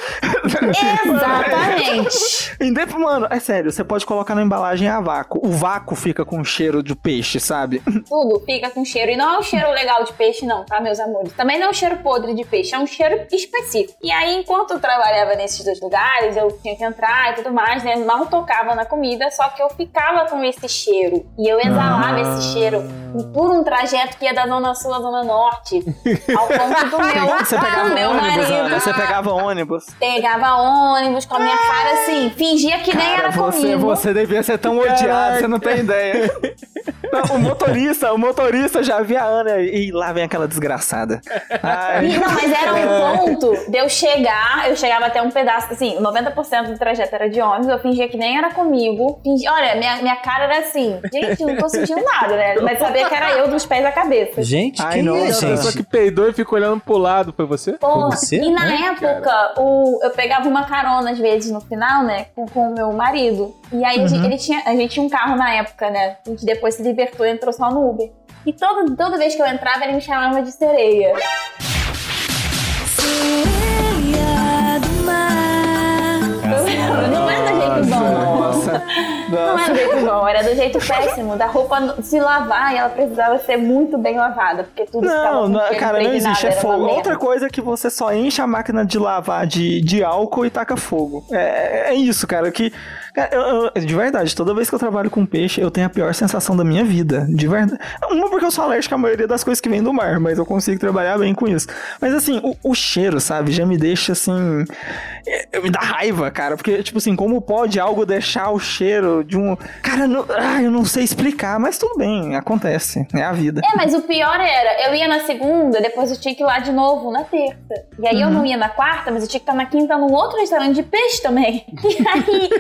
Exatamente. Mano, é sério, você pode colocar na embalagem a vácuo. O vácuo fica com cheiro de peixe, sabe? Tudo fica com cheiro. E não é um cheiro legal de peixe, não, tá, meus amores? Também não é um cheiro podre de peixe, é um cheiro específico. E aí, enquanto eu trabalhava nesses dois lugares, eu tinha que entrar e tudo mais, né? Não tocava na comida, só que eu ficava com esse cheiro. E eu exalava ah. esse cheiro por um trajeto que ia da Zona Sul à Zona Norte. Ao ponto do meu, você pegava do meu ônibus, marido. Ana, você pegava ônibus. Pegava ônibus com a minha cara assim, fingia que Cara, nem era você, comigo. Você devia ser tão Caraca. odiado, você não tem ideia. Não, o motorista, o motorista já via a Ana e lá vem aquela desgraçada. Ai. E, não, mas era um ponto de eu chegar, eu chegava até um pedaço, assim, noventa por cento do trajeto era de ônibus, eu fingia que nem era comigo. Fingia, olha, minha, minha cara era assim, gente, não tô sentindo nada, né? Mas sabia que era eu dos pés à cabeça. Gente, Ai, quem não, é, A gente? pessoa que peidou e ficou olhando pro lado, foi você? Porra, você? e na É, época, o, eu pegava uma carona às vezes no final, né, com, com o meu marido. E aí uhum. a, gente, ele tinha, a gente tinha um carro na época, né? A gente depois se libertou e entrou só no Uber. E todo, toda vez que eu entrava, ele me chamava de sereia. Sereia do mar. Não é do jeito bom. Nossa. Não era do jeito bom, era do jeito péssimo. Da roupa se lavar e ela precisava ser muito bem lavada, porque tudo não, ficava com não, cheiro cara, não existe, é fogo. merda. Outra coisa é que você só enche a máquina de lavar de, de álcool e taca fogo. É, é isso, cara, que... Eu, eu, de verdade, toda vez que eu trabalho com peixe, eu tenho a pior sensação da minha vida. De verdade. Uma porque eu sou alérgico à maioria das coisas que vêm do mar, mas eu consigo trabalhar bem com isso. Mas assim, o, o cheiro, sabe, já me deixa assim... É, me dá raiva, cara. Porque, tipo assim, como pode algo deixar o cheiro de um... Cara, não, ah, eu não sei explicar, mas tudo bem, acontece. É a vida. É, mas o pior era, eu ia na segunda, depois eu tinha que ir lá de novo na terça. E aí uhum. eu não ia na quarta, mas eu tinha que estar na quinta num outro restaurante de peixe também. E aí era um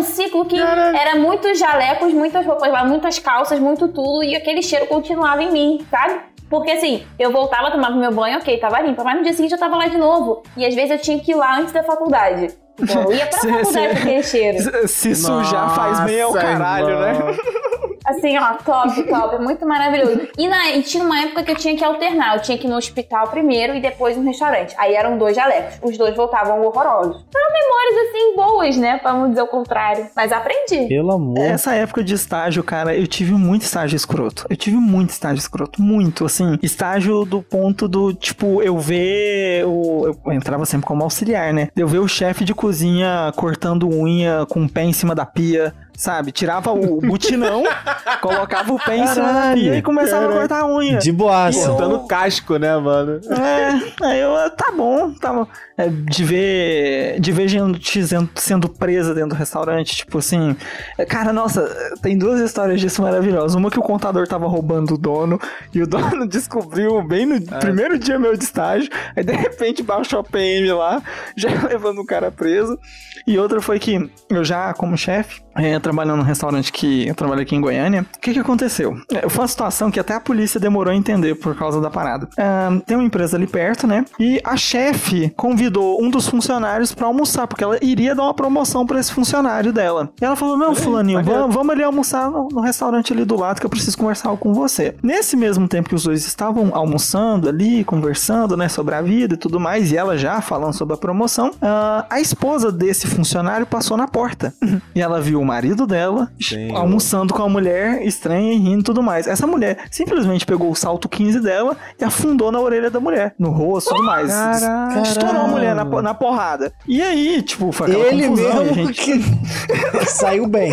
ciclo que Caraca. era muitos jalecos, muitas roupas lá, muitas calças, muito tudo, e aquele cheiro continuava em mim, sabe? Porque assim, eu voltava, tomava meu banho, ok, tava limpa, mas no dia seguinte eu tava lá de novo. E às vezes eu tinha que ir lá antes da faculdade. Então, eu ia pra Se- faculdade se- com aquele cheiro. Se sujar faz bem ao Nossa, caralho, irmão. né? Assim, ó, top, top, é muito maravilhoso. E, na, e tinha uma época que eu tinha que alternar, eu tinha que ir no hospital primeiro e depois no restaurante. Aí eram dois jalecos, os dois voltavam horrorosos. São memórias, assim, boas, né, pra não dizer o contrário. Mas aprendi. Pelo amor. Essa época de estágio, cara, eu tive muito estágio escroto. Eu tive muito estágio escroto. Muito, assim. Estágio do ponto do, tipo, eu ver... O, eu entrava sempre como auxiliar, né? Eu ver o chefe de cozinha cortando unha com o pé em cima da pia, sabe? Tirava o butinão, colocava o pé em cima da pia e começava Caralho. a cortar a unha. De boaça. Cortando casco, né, mano? É, aí eu, tá bom, tá bom. É, de ver, de ver gente sendo, sendo presa dentro do restaurante, tipo assim, é, cara, nossa, tem duas histórias disso maravilhosas. Uma que o contador tava roubando o dono, e o dono descobriu bem no É. primeiro dia meu de estágio, aí de repente baixou a P M lá, já levando o cara preso. E outra foi que eu já, como chefe, é, trabalhando num restaurante que eu trabalho aqui em Goiânia, o que que aconteceu? É, foi uma situação que até a polícia demorou a entender por causa da parada. É, tem uma empresa ali perto, né? E a chefe convidou um dos funcionários pra almoçar, porque ela iria dar uma promoção pra esse funcionário dela. E ela falou, não, fulaninho, vamos, vamos ali almoçar no, no restaurante ali do lado que eu preciso conversar com você. Nesse mesmo tempo que os dois estavam almoçando ali, conversando, né, sobre a vida e tudo mais, e ela já falando sobre a promoção, uh, a esposa desse funcionário passou na porta. E ela viu o marido dela Sim. almoçando com a mulher estranha e rindo e tudo mais. Essa mulher simplesmente pegou o salto quinze dela e afundou na orelha da mulher, no rosto e tudo mais. Caraca. Estourou a mulher na, po- na porrada. E aí, tipo, foi aquela Ele confusão, mesmo e a gente... que saiu bem.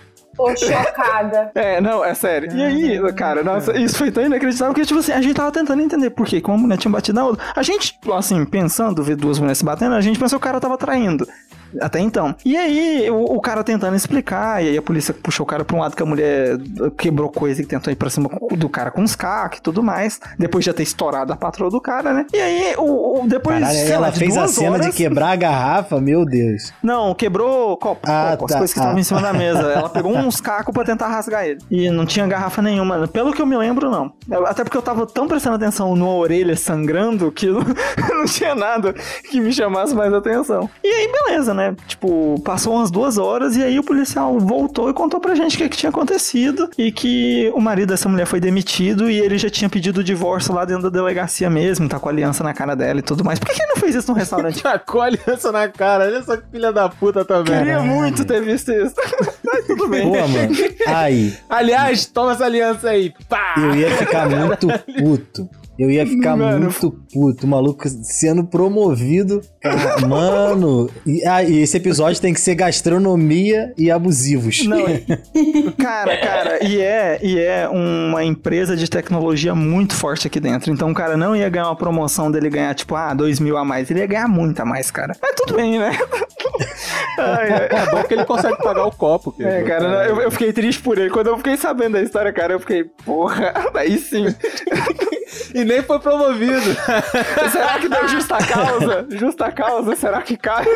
Tô chocada. É, não, é sério. E aí, cara, nossa, isso foi tão inacreditável que, tipo assim, a gente tava tentando entender por quê, que uma mulher tinha batido na outra. A gente, assim, pensando, ver duas mulheres se batendo, a gente pensou que o cara tava traindo. Até então. E aí, o, o cara tentando explicar, e aí a polícia puxou o cara pra um lado que a mulher quebrou coisa e tentou ir pra cima do cara com uns cacos e tudo mais. Depois de já ter estourado a patroa do cara, né? E aí, o, o depois, Caralho, sei lá, ela de fez a duas cena horas... de quebrar a garrafa, meu Deus. Não, quebrou copo, Ah, copo, tá, as coisas que ah. estavam em cima da mesa. Ela pegou uns cacos pra tentar rasgar ele. E não tinha garrafa nenhuma. Pelo que eu me lembro, não. Eu- até porque eu tava tão prestando atenção numa orelha sangrando que não, não tinha nada que me chamasse mais atenção. E aí, beleza, né? Tipo, passou umas duas horas e aí o policial voltou e contou pra gente o que, que tinha acontecido e que o marido dessa mulher foi demitido e ele já tinha pedido o divórcio lá dentro da delegacia mesmo, tá com a aliança na cara dela e tudo mais. Por que que ele não fez isso no restaurante? Tacou a aliança na cara. Olha só que filha da puta também. Queria Caralho. muito ter visto isso. Mas tudo bem. Pô, mano. Aí, Aliás, toma essa aliança aí. Pá! eu ia ficar muito puto. Eu ia ficar Mano. muito puto, o maluco sendo promovido. Cara, mano, e, ah, e esse episódio tem que ser gastronomia e abusivos. Não, cara, cara, e é, e é uma empresa de tecnologia muito forte aqui dentro. Então o cara não ia ganhar uma promoção dele ganhar, tipo, ah, dois mil a mais. Ele ia ganhar muito a mais, cara. Mas tudo bem, né? Ai, ai. É bom que ele consegue pagar o copo. Pedro. É, cara, eu, eu fiquei triste por ele. Quando eu fiquei sabendo da história, cara, eu fiquei, porra, daí sim. E nem foi promovido. Será que deu justa causa? Justa causa, será que cai?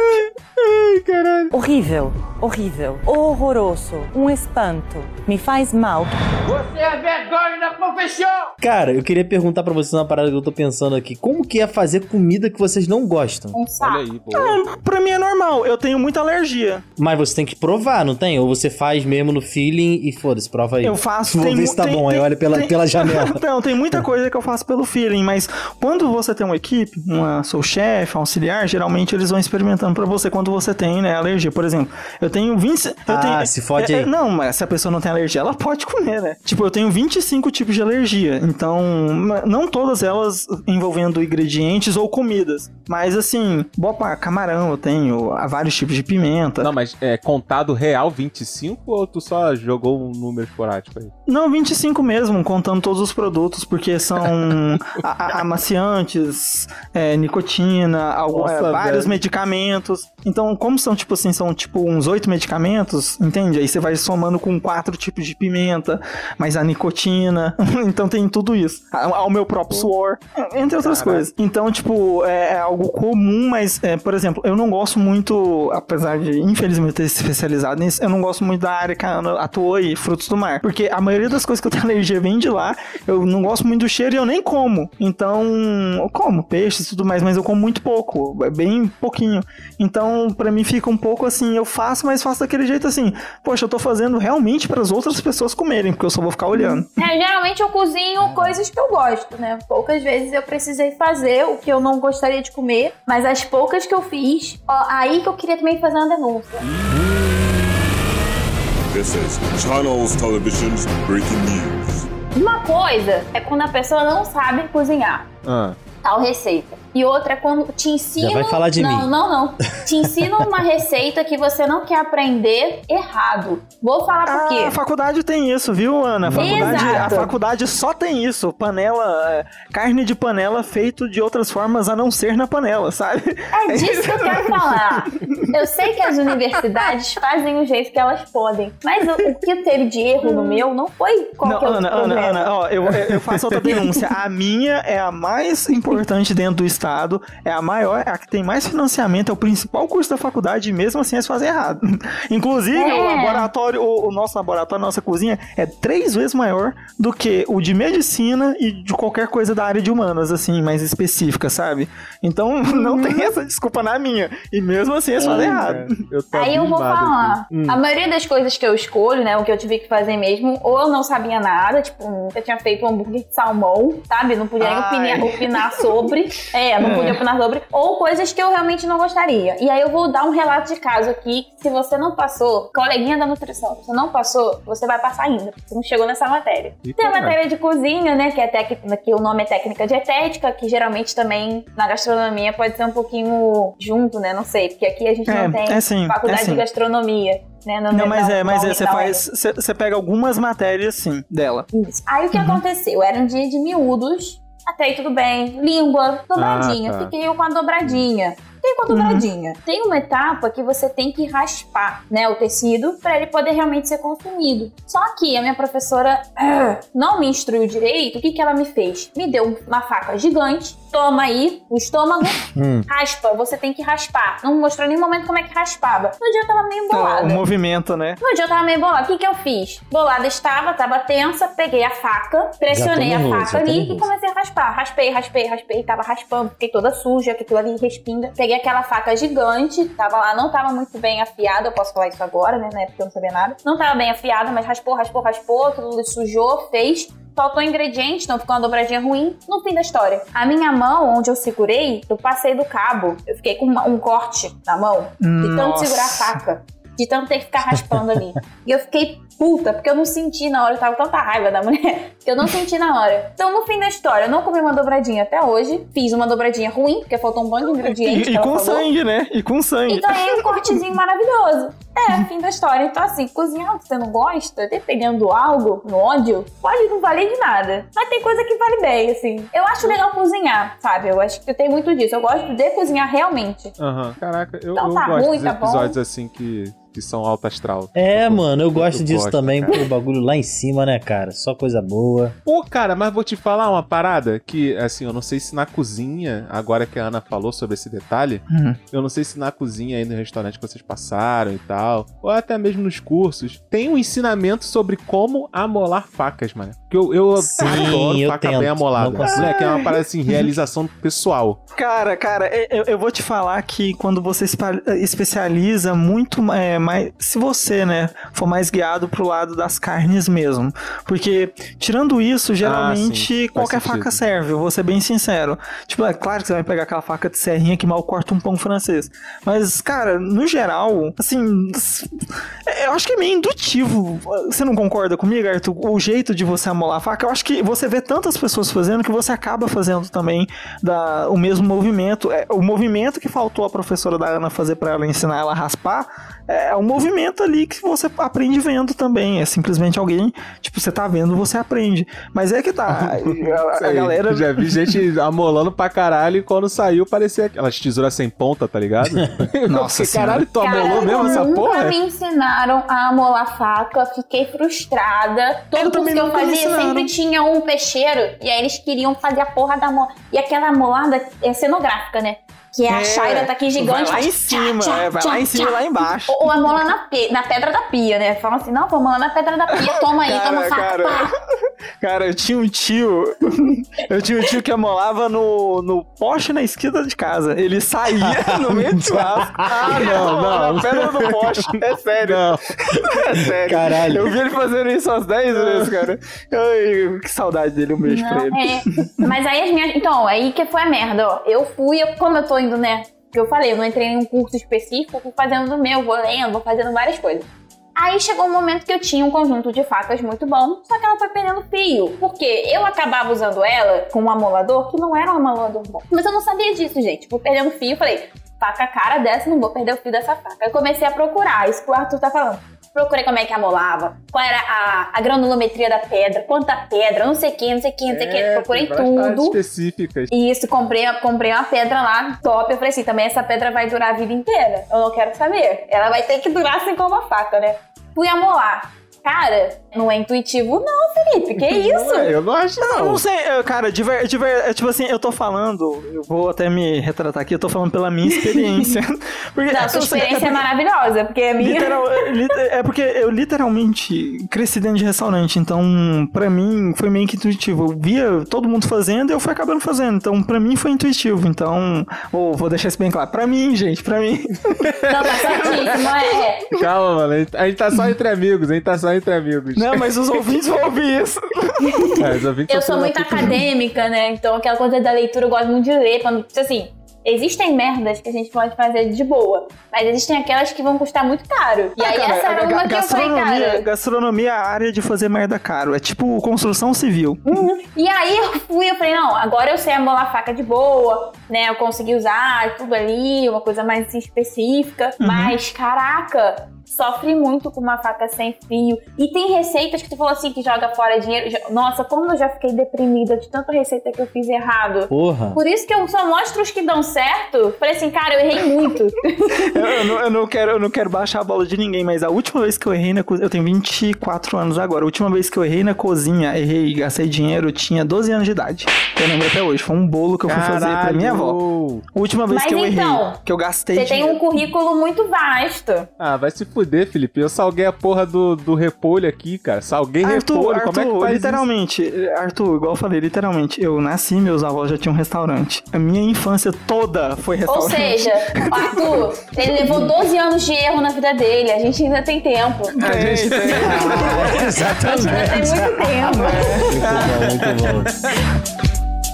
Horrível, horrível, horroroso, um espanto, me faz mal. Você é vergonha da profissão! Cara, eu queria perguntar pra vocês uma parada que eu tô pensando aqui. Como que é fazer comida que vocês não gostam? Um Olha saco. aí, boa. Pra mim é normal, eu tenho muita alergia. Mas você tem que provar, não tem? Ou você faz mesmo no feeling e foda-se, prova aí. Eu faço... Vou tem ver mu- se tá tem- bom, aí tem- olha pela, tem- pela janela. Então, tem muita coisa que eu faço pelo feeling, mas quando você tem uma equipe, uma, sou chefe, auxiliar, geralmente eles vão experimentando pra você quando você tem, né, alergia. Por exemplo, eu tenho vinte... Eu Ah, tenho, se fode é, aí. é, não, mas se a pessoa não tem alergia, ela pode comer, né? Tipo, eu tenho vinte e cinco tipos de alergia, então, ma- não todas elas envolvendo ingredientes ou comidas, mas assim, boa parte, camarão eu tenho, há vários tipos de pimenta. Não, mas é contado real vinte e cinco ou tu só jogou um número esporádico aí? Não, vinte e cinco mesmo, contando todos os produtos, porque são a- a- amaciantes, é, nicotina, algu- Nossa, é, vários velho. medicamentos. Então, como como são, tipo assim, são tipo uns oito medicamentos, entende? Aí você vai somando com quatro tipos de pimenta, mais a nicotina, então tem tudo isso. Ao meu próprio suor, entre outras Caraca. coisas. Então, tipo, é, é algo comum, mas, é, por exemplo, eu não gosto muito, apesar de, infelizmente, ter se especializado nisso, eu não gosto muito da área que a Ana atuou aí, frutos do mar. Porque a maioria das coisas que eu tenho alergia vem de lá, eu não gosto muito do cheiro e eu nem como. Então, eu como peixe e tudo mais, mas eu como muito pouco, bem pouquinho. Então, pra mim fica um pouco assim, eu faço, mas faço daquele jeito assim, poxa, eu tô fazendo realmente para as outras pessoas comerem, porque eu só vou ficar olhando. É, geralmente eu cozinho coisas que eu gosto, né? Poucas vezes eu precisei fazer o que eu não gostaria de comer, mas as poucas que eu fiz, ó, aí que eu queria também fazer uma denúncia. This is Channels Television's Breaking News. Uma coisa é quando a pessoa não sabe cozinhar. Ah. Tal receita. E outra é quando te ensino... Já vai falar de não, mim. Não, não, não. Te ensino uma receita que você não quer aprender errado. Vou falar por quê. A faculdade tem isso, viu, Ana? A faculdade, Exato. a faculdade só tem isso. Panela, é, carne de panela feito de outras formas a não ser na panela, sabe? É disso que eu quero falar. Eu sei que as universidades fazem o jeito que elas podem, mas o, o que teve de erro no meu não foi qualquer Não, outro Ana, Ana, problema. Ana, ó, eu, eu faço outra denúncia. A minha é a mais importante dentro do estado, é a maior, é a que tem mais financiamento, é o principal curso da faculdade e mesmo assim eles fazem errado. Inclusive, É. o laboratório, o, o nosso laboratório, a nossa cozinha é três vezes maior do que o de medicina e de qualquer coisa da área de humanas, assim, mais específica, sabe? Então, não tem essa desculpa na minha. E mesmo assim eles fazem errado. Eu tô Aí eu vou abismado falar. aqui. Hum. A maioria das coisas que eu escolho, né, o que eu tive que fazer mesmo, ou eu não sabia nada, tipo, nunca tinha feito um hambúrguer de salmão, sabe? Não podia nem opinar, opinar sobre. É, não podia opinar sobre. Ou coisas que eu realmente não gostaria. E aí eu vou dar um relato de caso aqui. Se você não passou, coleguinha da nutrição, se você não passou, você vai passar ainda. Você não chegou nessa matéria. E Tem a caraca. matéria de cozinha, né, que é técnica, que o nome é técnica dietética, que geralmente também na gastronomia pode ser um pouquinho junto, né? Não sei, porque aqui a gente É, não tem é sim, faculdade é sim. de gastronomia, né? Não, mas é, mas é, você não faz, você, você pega algumas matérias, sim, dela. Isso. Aí o que aconteceu? Era um dia de miúdos, até aí tudo bem, língua, dobradinha. Ah, tá. Fiquei com a dobradinha. Fiquei com a dobradinha. Tem uma etapa que você tem que raspar, né, o tecido pra ele poder realmente ser consumido. Só que a minha professora uh, não me instruiu direito. O que que ela me fez? Me deu uma faca gigante. Toma aí o estômago, Hum. raspa. Você tem que raspar. Não mostrou em nenhum momento como é que raspava. No dia eu tava meio bolada. O movimento, né? No dia eu tava meio bolada. O que que eu fiz? Bolada estava, tava tensa, peguei a faca, pressionei a nervoso, faca já tô ali e nervoso. comecei a raspar. Raspei, raspei, raspei, tava raspando, fiquei toda suja, que aquilo ali respinga. Peguei aquela faca gigante, tava lá, não tava muito bem afiada, eu posso falar isso agora, né? Na época eu não sabia nada. Não tava bem afiada, mas raspou, raspou, raspou, aquilo ali sujou, fez. Faltou ingrediente, então ficou uma dobradinha ruim. No fim da história, a minha mão, onde eu segurei, eu passei do cabo. Eu fiquei com uma- um corte na mão, de tanto Nossa. segurar a faca. De tanto ter que ficar raspando ali. E eu fiquei puta, porque eu não senti na hora. Eu tava com tanta raiva da mulher, que eu não senti na hora. Então, no fim da história, eu não comi uma dobradinha até hoje. Fiz uma dobradinha ruim, porque faltou um monte de ingredientes. E, que e ela com falou. sangue, né? E com sangue. E ganhei um cortezinho maravilhoso. É, fim da história. Então, assim, cozinhar que você não gosta, dependendo do algo, no ódio, pode não valer de nada. Mas tem coisa que vale bem, assim. Eu acho legal cozinhar, sabe? Eu acho que tem muito disso. Eu gosto de cozinhar realmente. Aham. Caraca, eu, Então eu tá gosto ruim, dos tá bom. episódios assim que, que são alto astral. É, Eu- mano, eu gosto eu disso gosto, também. cara. Pô, o bagulho lá em cima, né, cara? Só coisa boa. Pô, cara, mas vou te falar uma parada que, assim, eu não sei se na cozinha, agora que a Ana falou sobre esse detalhe, Hum. eu não sei se na cozinha aí no restaurante que vocês passaram e tal, ou até mesmo nos cursos, tem um ensinamento sobre como amolar facas, mano. Que eu, eu Sim, adoro eu faca tento, bem amolada. não consigo. Moleque, é uma parada assim, realização pessoal. Cara, cara, eu, eu vou te falar que quando você espa- especializa muito é, mais. Se você, né, for mais guiado pro lado das carnes mesmo. Porque, tirando isso, geralmente sim, faz qualquer sentido. faca serve, eu vou ser bem sincero. Tipo, é claro que você vai pegar aquela faca de serrinha que mal corta um pão francês. Mas, cara, no geral, assim, Eu acho que é meio indutivo. Você não concorda comigo, Arthur? O jeito de você amolar a faca, eu acho que você vê tantas pessoas fazendo que você acaba fazendo também da, o mesmo movimento. É, o movimento que faltou a professora da Ana fazer pra ela ensinar ela a raspar é um movimento ali que você aprende vendo também. É simplesmente alguém, tipo, você tá vendo, você aprende. Mas é que tá. A, a galera. Já vi gente amolando pra caralho e quando saiu parecia aquelas tesouras sem ponta, tá ligado? Nossa, caralho, tu amolou Cara, mesmo essa porra? Nunca me ensinaram a amolar faca, fiquei frustrada. Todo curso que eu fazia sempre tinha um peixeiro e aí eles queriam fazer a porra da mola. E aquela amolada é cenográfica, né? Que é a chaira tá aqui gigante. Vai lá em cima, tchá, é, vai tchá, lá em cima e lá embaixo. Ou, ou amola na, pe- na pedra da pia, né? Falam assim, não, vou amolar na pedra da pia, toma aí, cara, toma faca, cara, pá. Cara, eu tinha um tio, eu tinha um tio que amolava no, no poste na esquina de casa. Ele saía no meio do churrasco. Ah, não, não. Na pedra do poste, é sério. Não. É sério. Caralho. Eu vi ele fazendo isso umas dez vezes, cara. Ai, que saudade dele, um beijo Não, pra ele. é. Mas aí as minhas... Então, aí que foi a merda, ó. Eu fui, eu, como eu tô indo, né? Que eu falei, eu não entrei em um curso específico, fui fazendo o meu, vou lendo, vou fazendo várias coisas. Aí chegou um momento que eu tinha um conjunto de facas muito bom, só que ela foi perdendo fio. Porque eu acabava usando ela com um amolador que não era um amolador bom. Mas eu não sabia disso, gente. Fui perdendo fio, falei, faca cara dessa, não vou perder o fio dessa faca. Eu comecei a procurar, isso que o Arthur tá falando. Procurei como é que amolava, qual era a, a granulometria da pedra, quanta pedra, não sei o que, não sei o que, não sei o que. Procurei tudo. Específicas. E isso, comprei, comprei uma pedra lá, top. Eu falei assim, também essa pedra vai durar a vida inteira. Eu não quero saber. Ela vai ter que durar assim como uma faca, né? Fui amolar. Cara, não é intuitivo não, Felipe. Que isso? Não é, eu não acho não. Eu não sei, eu, cara, de ver, de ver, é, tipo assim, eu tô falando, eu vou até me retratar aqui, eu tô falando pela minha experiência. Porque, Não, sua sei, experiência é, é, porque, maravilhosa, porque a minha... literal, é porque eu literalmente cresci dentro de restaurante, então pra mim foi meio que intuitivo. Eu via todo mundo fazendo e eu fui acabando fazendo, então pra mim foi intuitivo. Então, oh, vou deixar isso bem claro. Pra mim, gente, pra mim. Não, tá certíssimo, é. Calma, mano, a gente, a gente tá só entre amigos, a gente tá só entre amigos. Não, mas os ouvintes vão ouvir isso. É, os ouvintes Eu são sou filhos muito da puta. acadêmica, né? Então aquela coisa da leitura eu gosto muito de ler. Pra não... Assim, existem merdas que a gente pode fazer de boa, mas existem aquelas que vão custar muito caro. E Ah, aí cara, essa era a- uma a- que eu falei, gastronomia, cara... gastronomia é a área de fazer merda caro. É tipo construção civil. Uhum. E aí eu fui, eu falei, não, agora eu sei amolar faca de boa, né? Eu consegui usar tudo ali, uma coisa mais assim, específica. Uhum. Mas, caraca, sofre muito com uma faca sem fio. E tem receitas que tu falou assim, que joga fora dinheiro. Jo- Nossa, como eu já fiquei deprimida de tanta receita que eu fiz errado. Porra. Por isso que eu só mostro os que dão certo. Falei assim, cara, eu errei muito. eu, eu não, eu, não quero, eu não quero baixar a bola de ninguém, mas a última vez que eu errei na cozinha... Eu tenho vinte e quatro anos agora. A última vez que eu errei na cozinha, errei e gastei dinheiro, eu tinha doze anos de idade. Eu lembro até hoje. Foi um bolo que eu fui fazer pra minha avó. Caralho. A última vez Mas que eu então, errei, que eu gastei Você tem dinheiro. um currículo muito vasto. Ah, vai se fuder, Felipe. Eu salguei a porra do, do repolho aqui, cara. Salguei Arthur, repolho. Arthur, Como é que faz literalmente, Arthur, igual eu falei, literalmente, eu nasci, meus avós já tinham um restaurante. A minha infância toda foi Ou restaurante. seja, o Arthur, ele levou doze anos de erro na vida dele. A gente ainda tem tempo. A gente tem... Ah, A gente exatamente. ainda tem muito tempo. Muito bom, muito bom.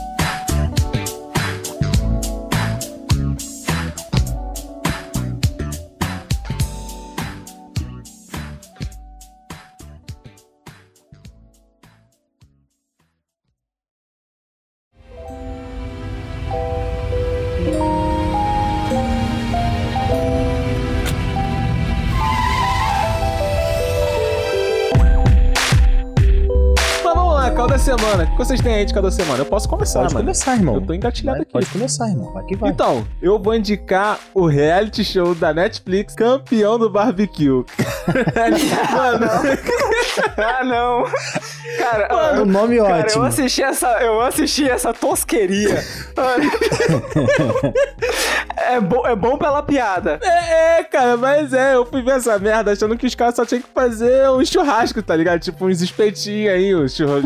Mas vamos lá, calda da semana. O que vocês têm aí de calda da semana? Eu posso começar, Pode mano. começar, irmão. Eu tô engatilhado Vai, aqui. Pode começar, irmão. Vai que vai. Então, eu vou indicar o reality show da Netflix, Campeão do Barbecue. Mano, Ah, não. Cara, Mano, o nome cara, ótimo. eu assisti essa, eu assisti essa tosqueria. é, bo, é bom pela piada. é, é, cara, mas é, eu fui ver essa merda achando que os caras só tinham que fazer um churrasco, tá ligado? Tipo uns espetinhos aí, um churra- churrasco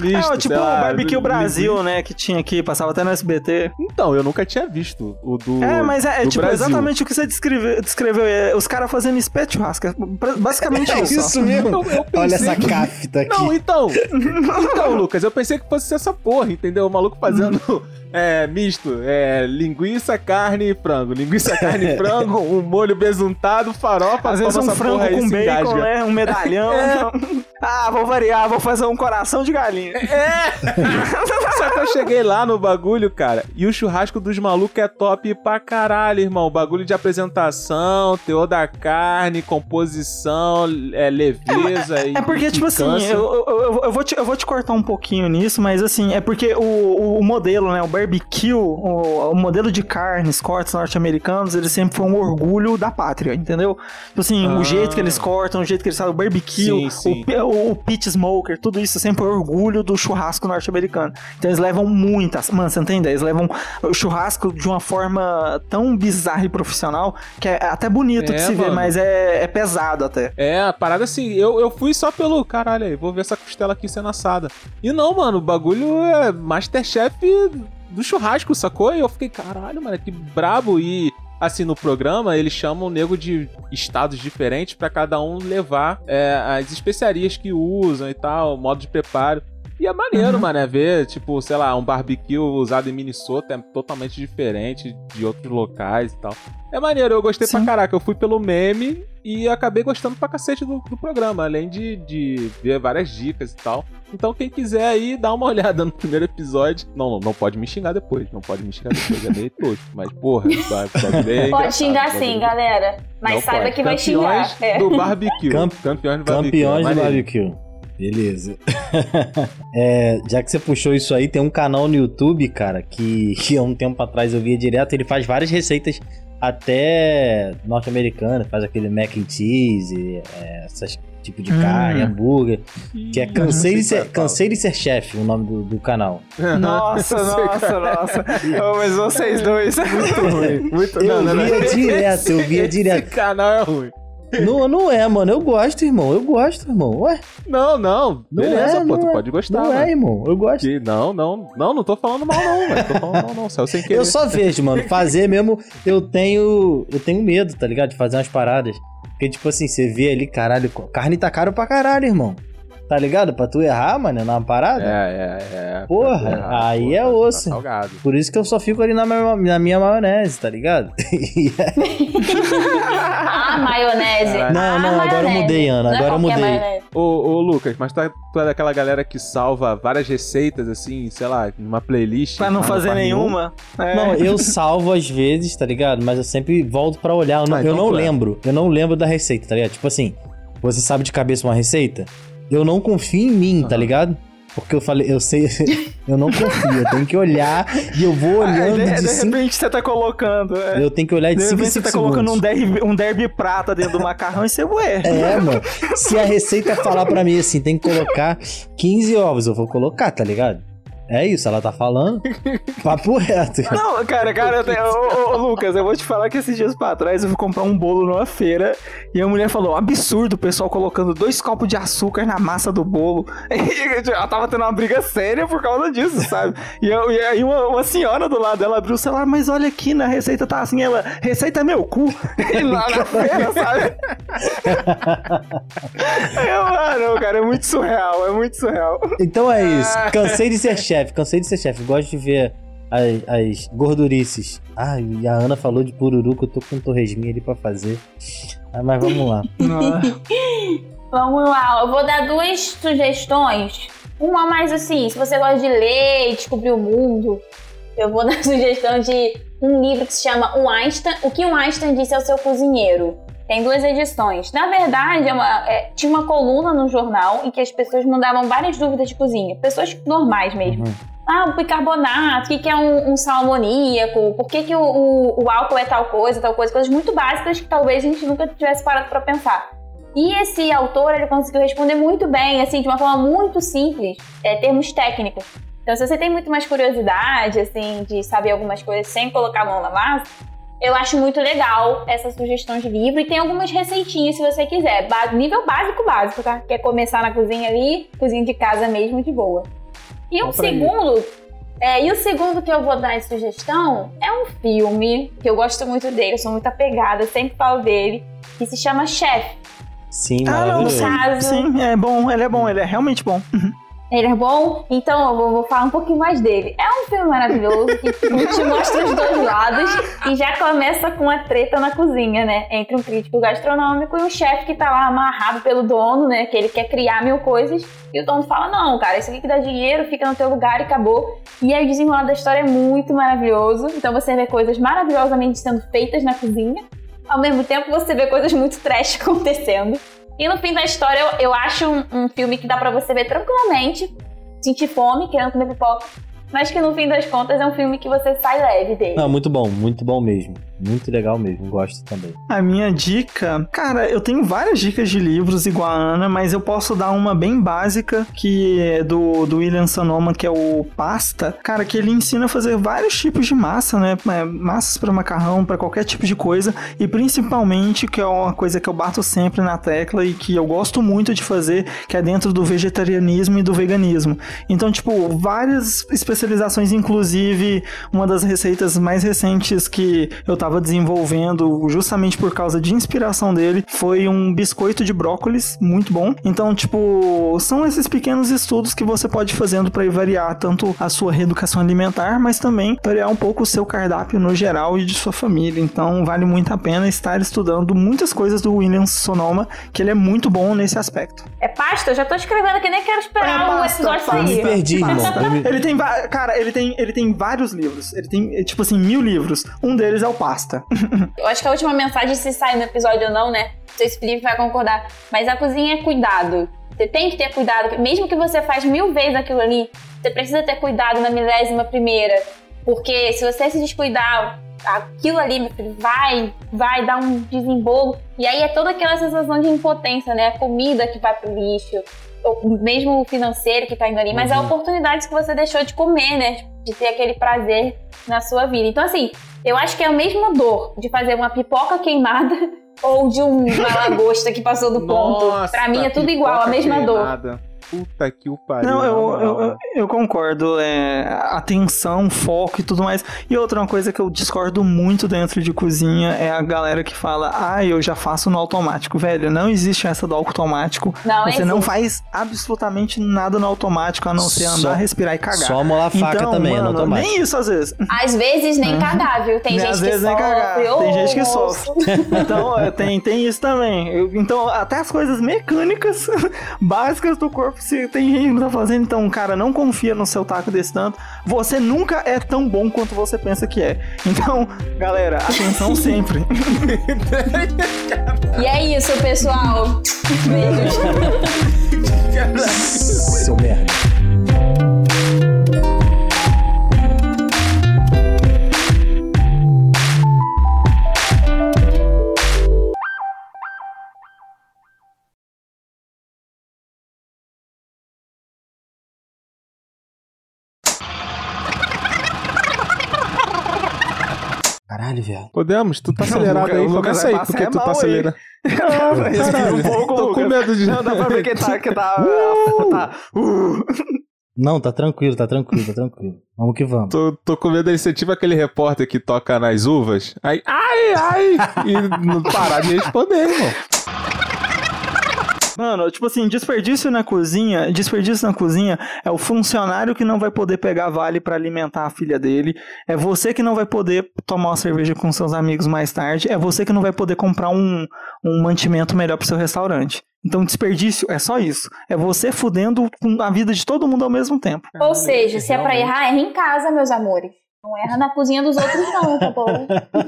misto, É, tipo sei o lá, Barbecue do- Brasil, linguiça. né? Que tinha aqui, passava até no S B T. Então, eu nunca tinha visto o do É, mas é, é do tipo Brasil. exatamente o que você descreveu. descreveu é, os caras fazendo espeto churrasco. É basicamente É isso. ó. isso mesmo. Eu- eu Olha pensei essa que- cafta aqui. Não, então. Então, Lucas, eu pensei que fosse essa porra, entendeu? O maluco fazendo é, misto, é, linguiça, carne e frango. Linguiça, carne e frango, um molho besuntado, farofa, Às vezes toma um essa frango porra aí, com se bacon, engasga. né? Um medalhão. Ah, vou variar, vou fazer um coração de galinha. É! Só que eu cheguei lá no bagulho, cara, e o churrasco dos malucos é top pra caralho, irmão. Bagulho de apresentação, teor da carne, composição, é, leveza e É porque, tipo assim, picância. eu, eu, eu, eu vou te, eu vou te cortar um pouquinho nisso, mas assim, é porque o, o, o modelo, né, o barbecue, o, o modelo de carnes, cortes norte-americanos, ele sempre foi um orgulho da pátria, entendeu? Tipo assim, Ah. o jeito que eles cortam, o jeito que eles fazem o barbecue, Sim, sim. o, pi- o, o pit smoker, tudo isso sempre foi orgulho do churrasco norte-americano. Então eles levam muitas, mano, você entende? Eles levam o churrasco de uma forma tão bizarra e profissional que é até bonito É, de se ver, mano. mas é, é pesado até. É, a parada assim, eu, eu fui só pelo caralho aí, vou ver essa costela aqui sendo assada. E não, mano, o bagulho é Masterchef do churrasco, sacou? E eu fiquei, caralho, mano, que brabo. E assim, no programa, eles chamam o nego de estados diferentes pra cada um levar é, as especiarias que usam e tal, o modo de preparo. E é maneiro, Uhum. mano, é ver, tipo, sei lá, um barbecue usado em Minnesota é totalmente diferente de outros locais e tal. É maneiro, eu gostei Sim. pra caraca. Eu fui pelo meme e acabei gostando pra cacete do, do programa, além de, de ver várias dicas e tal. Então, quem quiser aí, dá uma olhada no primeiro episódio. Não, não, não pode me xingar depois. Não pode me xingar depois, é meio tosco. Mas, porra, vai, vai bem Pode xingar sim, galera. Mas Não saiba pode. que vai xingar. Campeões É. do barbecue. Camp- Campeões do barbecue. Campeões é do maneiro. barbecue. Beleza. É, já que você puxou isso aí, tem um canal no YouTube, cara, que, que há um tempo atrás eu via direto. Ele faz várias receitas até norte-americanas. Faz aquele mac and cheese, é, essas tipo de Hum. carne, hambúrguer. Que é Cansei de Sei Ser, qual fala. Cansei de Ser Chefe, o nome do, do canal. Nossa, Eu sei nossa, qual é. nossa. Ô, mas vocês dois. Muito ruim. Muito... Eu não, não, via não. direto, eu via Esse direto. canal é ruim. Não, não é, mano. Eu gosto, irmão. Eu gosto, irmão. Ué, Não, não. não Beleza, é, pô, não tu é. pode gostar, Não mano. é, irmão. Eu gosto. Que- Não, não, não, não tô falando mal não, velho. Tô falando mal não, saiu sem querer. Eu só vejo, mano. Fazer mesmo, eu tenho. Eu tenho medo, tá ligado? De fazer umas paradas. Porque, tipo assim, você vê ali, caralho, carne tá caro pra caralho, irmão. Tá ligado? Pra tu errar, mano, numa parada. É, é, é. Porra, Tá aí porra, é tá osso. salgado. Por isso que eu só fico ali na minha, na minha maionese, tá ligado? Ah, maionese. Caralho. Não, Ah, não, agora eu maionese. mudei, Ana, Não é agora eu qualquer mudei. maionese. Ô, ô, Lucas, mas tu é, tu é daquela galera que salva várias receitas, assim, sei lá, numa playlist. Pra não mas fazer faz nenhuma. É. Não, eu salvo às vezes, tá ligado? Mas eu sempre volto pra olhar. Eu não, Ah, eu então não tu é. lembro. Eu não lembro da receita, tá ligado? Tipo assim, você sabe de cabeça uma receita? Eu não confio em mim, tá Aham. ligado? Porque eu falei, eu sei, eu não confio. Eu tenho que olhar e eu vou Aí, olhando de, de de cinco... repente você tá colocando. É. Eu tenho que olhar de De cinco em repente você cinco tá colocando um segundos. derby, um derby prata dentro do macarrão e você, ué. É, mano. Se a receita falar pra mim assim, tem que colocar quinze ovos, eu vou colocar, tá ligado? É isso, ela tá falando. Papo reto. Não, cara, cara, eu tenho, ô, ô, ô, Lucas, eu vou te falar que esses dias pra trás eu fui comprar um bolo numa feira e a mulher falou, absurdo o pessoal colocando dois copos de açúcar na massa do bolo. E ela tava tendo uma briga séria por causa disso, sabe? E, eu, e aí uma, uma senhora do lado dela abriu o celular, mas olha aqui, na receita tá assim, ela, receita é meu cu. E lá na feira, sabe? Eu, ah, não, cara, é muito surreal, é muito surreal. Então é isso. Cansei de ser chefe, cansei de ser chefe. Gosto de ver as, as gordurices. Ah, e a Ana falou de pururuca, eu tô com um torresminho ali pra fazer. Ah, mas vamos lá. Vamos lá, eu vou dar duas sugestões. Uma mais assim, se você gosta de ler e descobrir o mundo, eu vou dar a sugestão de um livro que se chama O Einstein, O que um Einstein disse ao seu cozinheiro. Tem duas edições. Na verdade, é uma, é, tinha uma coluna no jornal em que as pessoas mandavam várias dúvidas de cozinha. Pessoas normais mesmo. Uhum. Ah, o bicarbonato, o que, que é um, um sal amoníaco, por que, que o, o, o álcool é tal coisa, tal coisa. Coisas muito básicas que talvez a gente nunca tivesse parado pra pensar. E esse autor, ele conseguiu responder muito bem, assim, de uma forma muito simples, é, termos técnicos. Então, se você tem muito mais curiosidade, assim, de saber algumas coisas sem colocar a mão na massa, eu acho muito legal essa sugestão de livro. E tem algumas receitinhas, se você quiser. Ba- nível básico, básico, tá? Quer começar na cozinha ali, cozinha de casa mesmo, de boa. E um Bom pra segundo, é, e o segundo que eu vou dar de sugestão é um filme que eu gosto muito dele, eu sou muito apegada, sempre falo dele, que se chama Chef. Sim, Ah, não, maravilhoso. sim, Caso- sim, é bom, ele é bom, ele é realmente bom. Ele é bom? Então eu vou, vou falar um pouquinho mais dele. É um filme maravilhoso que te mostra os dois lados e já começa com a treta na cozinha, né? Entre um crítico gastronômico e um chefe que tá lá amarrado pelo dono, né? Que ele quer criar mil coisas e o dono fala, não, cara, isso aqui que dá dinheiro, fica no teu lugar e acabou. E aí o desenrolar da história é muito maravilhoso. Então você vê coisas maravilhosamente sendo feitas na cozinha. Ao mesmo tempo você vê coisas muito trash acontecendo. E no fim da história, eu, eu acho um, um filme que dá pra você ver tranquilamente, sentir fome, querendo comer pipoca, mas que no fim das contas é um filme que você sai leve dele. Não, muito bom, muito bom mesmo. Muito legal mesmo, gosto também. A minha dica... Cara, eu tenho várias dicas de livros igual a Ana, mas eu posso dar uma bem básica, que é do, do William Sonoma, que é o Pasta. Cara, que ele ensina a fazer vários tipos de massa, né? Massas para macarrão, para qualquer tipo de coisa. E principalmente, que é uma coisa que eu bato sempre na tecla e que eu gosto muito de fazer, que é dentro do vegetarianismo e do veganismo. Então, tipo, várias especializações, inclusive uma das receitas mais recentes que eu tava desenvolvendo justamente por causa de inspiração dele foi um biscoito de brócolis muito bom. Então, tipo, são esses pequenos estudos que você pode ir fazendo para variar tanto a sua reeducação alimentar, mas também variar um pouco o seu cardápio no geral e de sua família. Então, vale muito a pena estar estudando muitas coisas do William Sonoma, que ele é muito bom nesse aspecto. É pasta? Eu já tô escrevendo aqui, nem quero esperar É o pasta, episódio pasta. sair. Me perdi, irmão. Eu me- Ele tem, va- cara, ele tem, ele tem vários livros. Ele tem, tipo assim, mil livros. Um deles é o Pasta. Eu acho que a última mensagem, se sai no episódio ou não, né? Não sei se o Felipe vai concordar. Mas a cozinha é cuidado. Você tem que ter cuidado. Mesmo que você faz mil vezes aquilo ali, você precisa ter cuidado na milésima primeira. Porque se você se descuidar, aquilo ali, meu filho, vai, vai dar um desembolo. E aí é toda aquela sensação de impotência, né? A comida que vai pro lixo. Ou mesmo o financeiro que tá indo ali. Mas Uhum. a oportunidade que você deixou de comer, né? De ter aquele prazer na sua vida. Então, assim, eu acho que é a mesma dor de fazer uma pipoca queimada ou de um- uma lagosta que passou do ponto. Nossa, Pra mim é tudo igual, a pipoca mesma dor. queimada. Puta que o pariu. Não, na eu, moral. eu, eu, eu concordo. É, atenção, foco e tudo mais. E outra uma coisa que eu discordo muito dentro de cozinha é a galera que fala, ah, eu já faço no automático. Velho, não existe essa do automático. Não Você não existe. faz absolutamente nada no automático, a não ser Só- andar, respirar e cagar. Só molar a faca então, também, é no mano, automático. nem isso às vezes. Às vezes nem cagar, viu? Tem Nem gente às que vezes nem sofre. cagar. Tem Ô, gente que moço. sofre. Então, é, tem, tem isso também. Eu- então, até as coisas mecânicas básicas do corpo, se tem gente que não tá fazendo, então, cara, não confia no seu taco desse tanto. Você nunca é tão bom quanto você pensa que é. Então, galera, atenção sempre. E é isso, pessoal. Beijos. Seu merda. Caralho, velho. Podemos? Tu tá acelerado Lucas- aí, o Lucas começa vai aí, passar porque tu mal tá aí. acelerando. Respira um pouco, Tô com Lucas. medo de... Não, dá pra ver que tá... Que tá, tá uh. Não, tá tranquilo, tá tranquilo, tá tranquilo. Vamos que vamos. Tô, tô com medo de ser tipo aquele repórter que toca nas uvas, aí, ai, ai, e não parar de responder, irmão. Mano, tipo assim, desperdício na cozinha, desperdício na cozinha é o funcionário que não vai poder pegar vale pra alimentar a filha dele, é você que não vai poder tomar uma cerveja com seus amigos mais tarde, é você que não vai poder comprar um, um mantimento melhor pro seu restaurante. Então, desperdício é só isso. É você fudendo com a vida de todo mundo ao mesmo tempo. Ou seja, se é pra errar, erra em casa, meus amores. Não erra na cozinha dos outros, não, tá bom?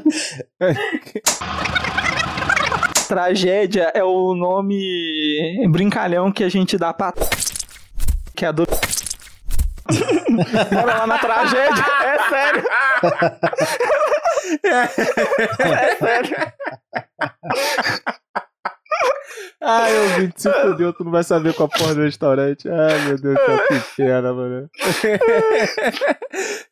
Tragédia é o nome brincalhão que a gente dá pra... Que é a do... Bora lá na tragédia. É sério. É sério. Ai, ouvinte, se fudeu, tu não vai saber qual a porra do restaurante. Ai, meu Deus do céu, que pena, mano.